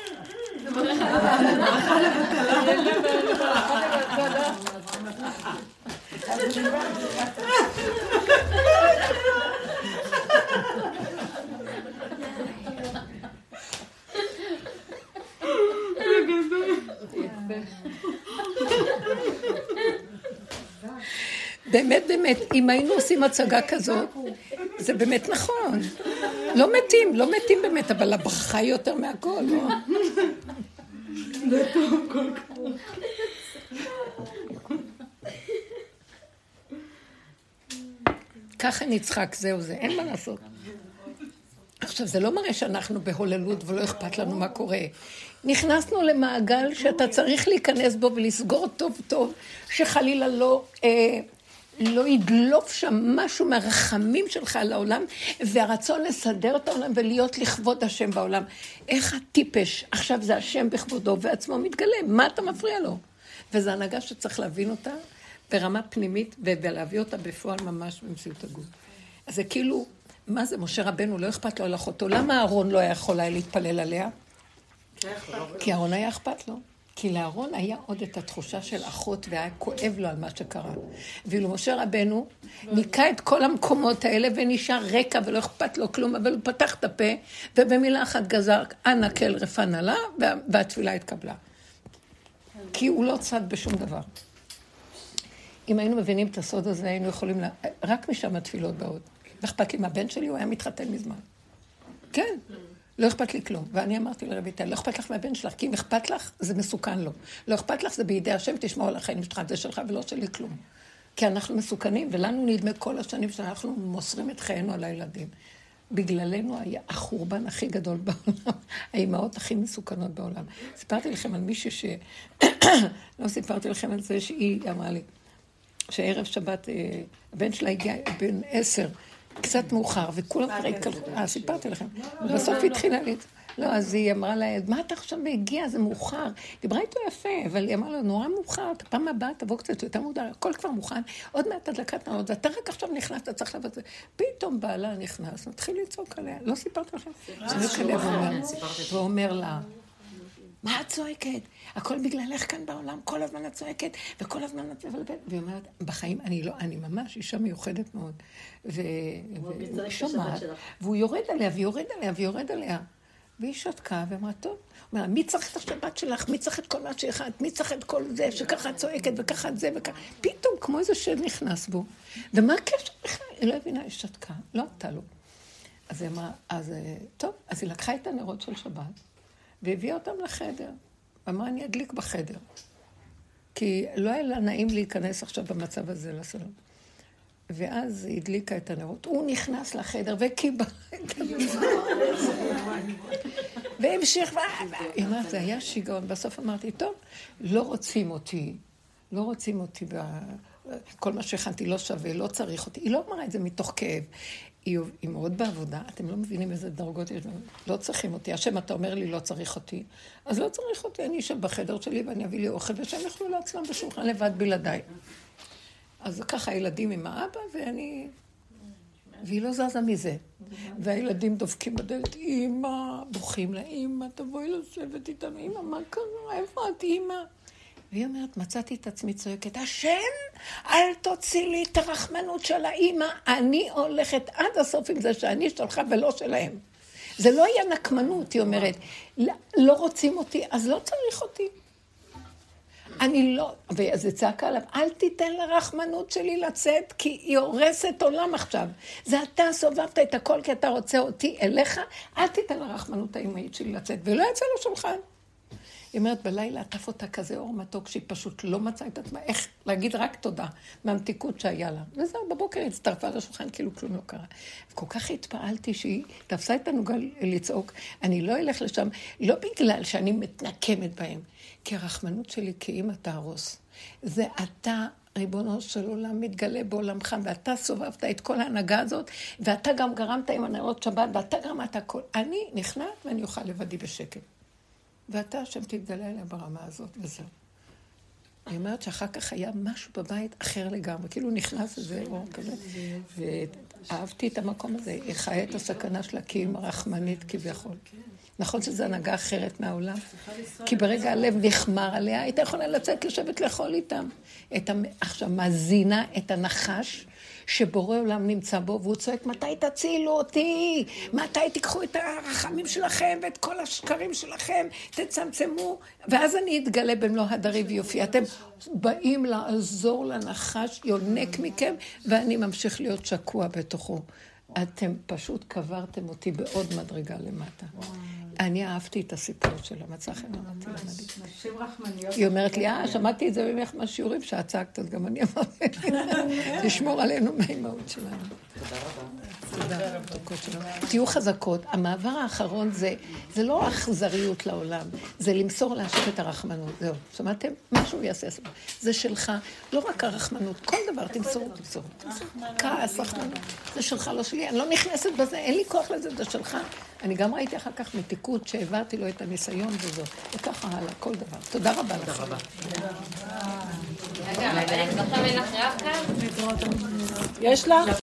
באמת, באמת, אם היינו עושים הצגה כזאת, זה באמת נכון. לא מתים, לא מתים באמת, אבל הברכה היא יותר מהכל, לא? זה טוב כל כך. ככה נצחק, זהו זה, אין מה לעשות. עכשיו, זה לא מראה שאנחנו בהוללות ולא אכפת לנו מה קורה. נכנסנו למעגל שאתה צריך להיכנס בו ולסגור טוב טוב, שחלילה לא... אה, לא ידלוף שם משהו מהרחמים שלך על העולם, והרצון לסדר את העולם ולהיות לכבוד השם בעולם. איך הטיפש, עכשיו זה השם בכבודו ועצמו מתגלה, מה אתה מפריע לו? וזו הנהגה שצריך להבין אותה ברמה פנימית, ולהביא אותה בפועל ממש במציאות הגוף. אז זה כאילו, מה זה, משה רבנו לא אכפת לו על אחותו, למה אהרון לא היה יכול להתפלל עליה? כי אהרון היה אכפת לו. כי לאהרון היה עוד את התחושה של אחות, והיה כואב לו על מה שקרה. ואילו משה רבנו ניקה את כל המקומות האלה, ונשאר רקע ולא אכפת לו כלום, אבל הוא פתח את הפה, ובמילה אחת גזר, אנא כל רפן עלה, והתפילה התקבלה. כי הוא לא צד בשום דבר. אם היינו מבינים את הסוד הזה, היינו יכולים, לה... רק משם התפילות באות. לא אכפת לי מהבן שלי, הוא היה מתחתן מזמן. כן. לא אכפת לי כלום. ואני אמרתי לרביטל, לא אכפת לך מהבן שלך, כי אם אכפת לך, זה מסוכן לו. לא אכפת לך, זה בידי השם, תשמעו על החיים שלך, זה שלך ולא שלי כלום. כי אנחנו מסוכנים, ולנו נדמה כל השנים שאנחנו מוסרים את חיינו על הילדים. בגללנו היה החורבן הכי גדול בעולם, האימהות הכי מסוכנות בעולם. סיפרתי לכם על מישהו ש... לא סיפרתי לכם על זה שהיא אמרה לי, שערב שבת, הבן שלה הגיע בן עשר, קצת מאוחר, וכולם כבר התקלחו, אה, סיפרתי לכם, ובסוף התחילה לי, לא, אז היא אמרה לה, מה אתה עכשיו הגיע, זה מאוחר, דיברה איתו יפה, אבל היא אמרה לו, נורא מאוחר, אתה פעם הבאה תבוא קצת יותר מודע, הכל כבר מוכן, עוד מעט הדלקת נרות, ואתה רק עכשיו נכנס, אתה צריך לבוא את זה, פתאום בעלה נכנס, נתחיל לצעוק עליה, לא סיפרתי לכם, והוא אומר לה, מה את צועקת? הכל בגללך כאן בעולם, כל הזמן את צועקת, וכל הזמן את מבלבלת. והיא אומרת, בחיים אני לא, אני ממש אישה מיוחדת מאוד. והיא שומעת, והוא יורד עליה, ויורד עליה, ויורד עליה. והיא שתקה, ואמרה, טוב. אומרת, מי צריך את השבת שלך? מי צריך את כל מה שאחד? מי צריך את כל זה, שככה את צועקת, וככה את זה, וככה. פתאום, כמו איזה שד נכנס בו. ומה הקשר בכלל? היא לא הבינה, היא שתקה, לא עתה לו. אז היא אמרה, אז טוב, אז היא לקחה את הנרות של שבת, והביאה אותם לחדר. אמרה, אני אדליק בחדר. כי לא היה לה נעים להיכנס עכשיו במצב הזה לסלון. ואז היא הדליקה את הנרות. הוא נכנס לחדר וקיבל. והמשיך, היא אומרת, זה היה שיגעון. בסוף אמרתי, טוב, לא רוצים אותי. לא רוצים אותי. כל מה שהכנתי לא שווה, לא צריך אותי. היא לא אמרה את זה מתוך כאב. היא, היא מאוד בעבודה, אתם לא מבינים איזה דרגות יש, לא צריכים אותי. השם, אתה אומר לי, לא צריך אותי. אז לא צריך אותי, אני אשב בחדר שלי ואני אביא לי אוכל, ושהם יוכלו לעצמם בשולחן לבד בלעדיי. אז ככה הילדים עם האבא, ואני... והיא לא זזה מזה. והילדים דופקים בדלת, אמא, בוכים לה, אמא, תבואי לשבת איתנו, אמא, מה קרה? איפה את, אמא? והיא אומרת, מצאתי את עצמי צועקת, השם, אל תוציא לי את הרחמנות של האמא, אני הולכת עד הסוף עם זה שאני שלך ולא שלהם. זה לא יהיה נקמנות, היא אומרת, לא רוצים אותי, אז לא צריך אותי. אני לא, וזה צעקה עליו, אל תיתן לרחמנות שלי לצאת, כי היא הורסת עולם עכשיו. זה אתה סובבת את הכל, כי אתה רוצה אותי אליך, אל תיתן לרחמנות האמהית שלי לצאת, ולא יצא לשולחן. היא אומרת, בלילה עטף אותה כזה אור מתוק, שהיא פשוט לא מצאה את עצמה, איך להגיד רק תודה, מהמתיקות שהיה לה. וזהו, בבוקר היא הצטרפה לשולחן, כאילו כלום לא קרה. וכל כך התפעלתי שהיא תפסה את הנוגה לצעוק, אני לא אלך לשם, לא בגלל שאני מתנקמת בהם, כי הרחמנות שלי כאמא תהרוס. זה אתה, ריבונו של עולם, מתגלה בעולמך, ואתה סובבת את כל ההנהגה הזאת, ואתה גם גרמת עם הנרות שבת, ואתה גרמת הכל. אני נכנעת ואני אוכל לבדי בשקט. ואתה השם תתגלה אליה ברמה הזאת, וזהו. אני אומרת שאחר כך היה משהו בבית אחר לגמרי, כאילו נכנס איזה אור כזה, ואהבתי את המקום הזה, היא חיה את הסכנה שלה כאימא רחמנית כביכול. נכון שזו הנהגה אחרת מהעולם, כי ברגע הלב נחמר עליה, הייתה יכולה לצאת לשבת לאכול איתם. עכשיו, מזינה את הנחש, שבורא עולם נמצא בו, והוא צועק, מתי תצילו אותי? מתי תיקחו את הרחמים שלכם ואת כל השקרים שלכם? תצמצמו, ואז אני אתגלה במלוא הדרי ויופי. אתם באים לעזור לנחש, יונק מכם, ואני ממשיך להיות שקוע בתוכו. אתם פשוט קברתם אותי בעוד מדרגה למטה. אני אהבתי את הסיפור של המצא חן, אמרתי לה מדהים. נשים רחמניות. היא אומרת לי, אה, שמעתי את זה ממך מהשיעורים שאת צעקת, אז גם אני אמרתי, תשמור עלינו מהאימהות שלנו. תודה רבה. תודה רבה. תהיו חזקות. המעבר האחרון זה, זה לא אכזריות לעולם, זה למסור להשם את הרחמנות. זהו, שמעתם? משהו יעשה. זה שלך, לא רק הרחמנות, כל דבר תמסור, תמסור. כעס, רחמנות. זה שלך, לא שלי. אני לא נכנסת בזה, אין לי כוח לזה, זה שלך. אני גם ראיתי אחר כך מתיקות שהעברתי לו את הניסיון וזו, וככה הלאה, כל דבר. תודה רבה לך. תודה רבה. רגע, אבל עכשיו אין לך רב כאן? יש לך?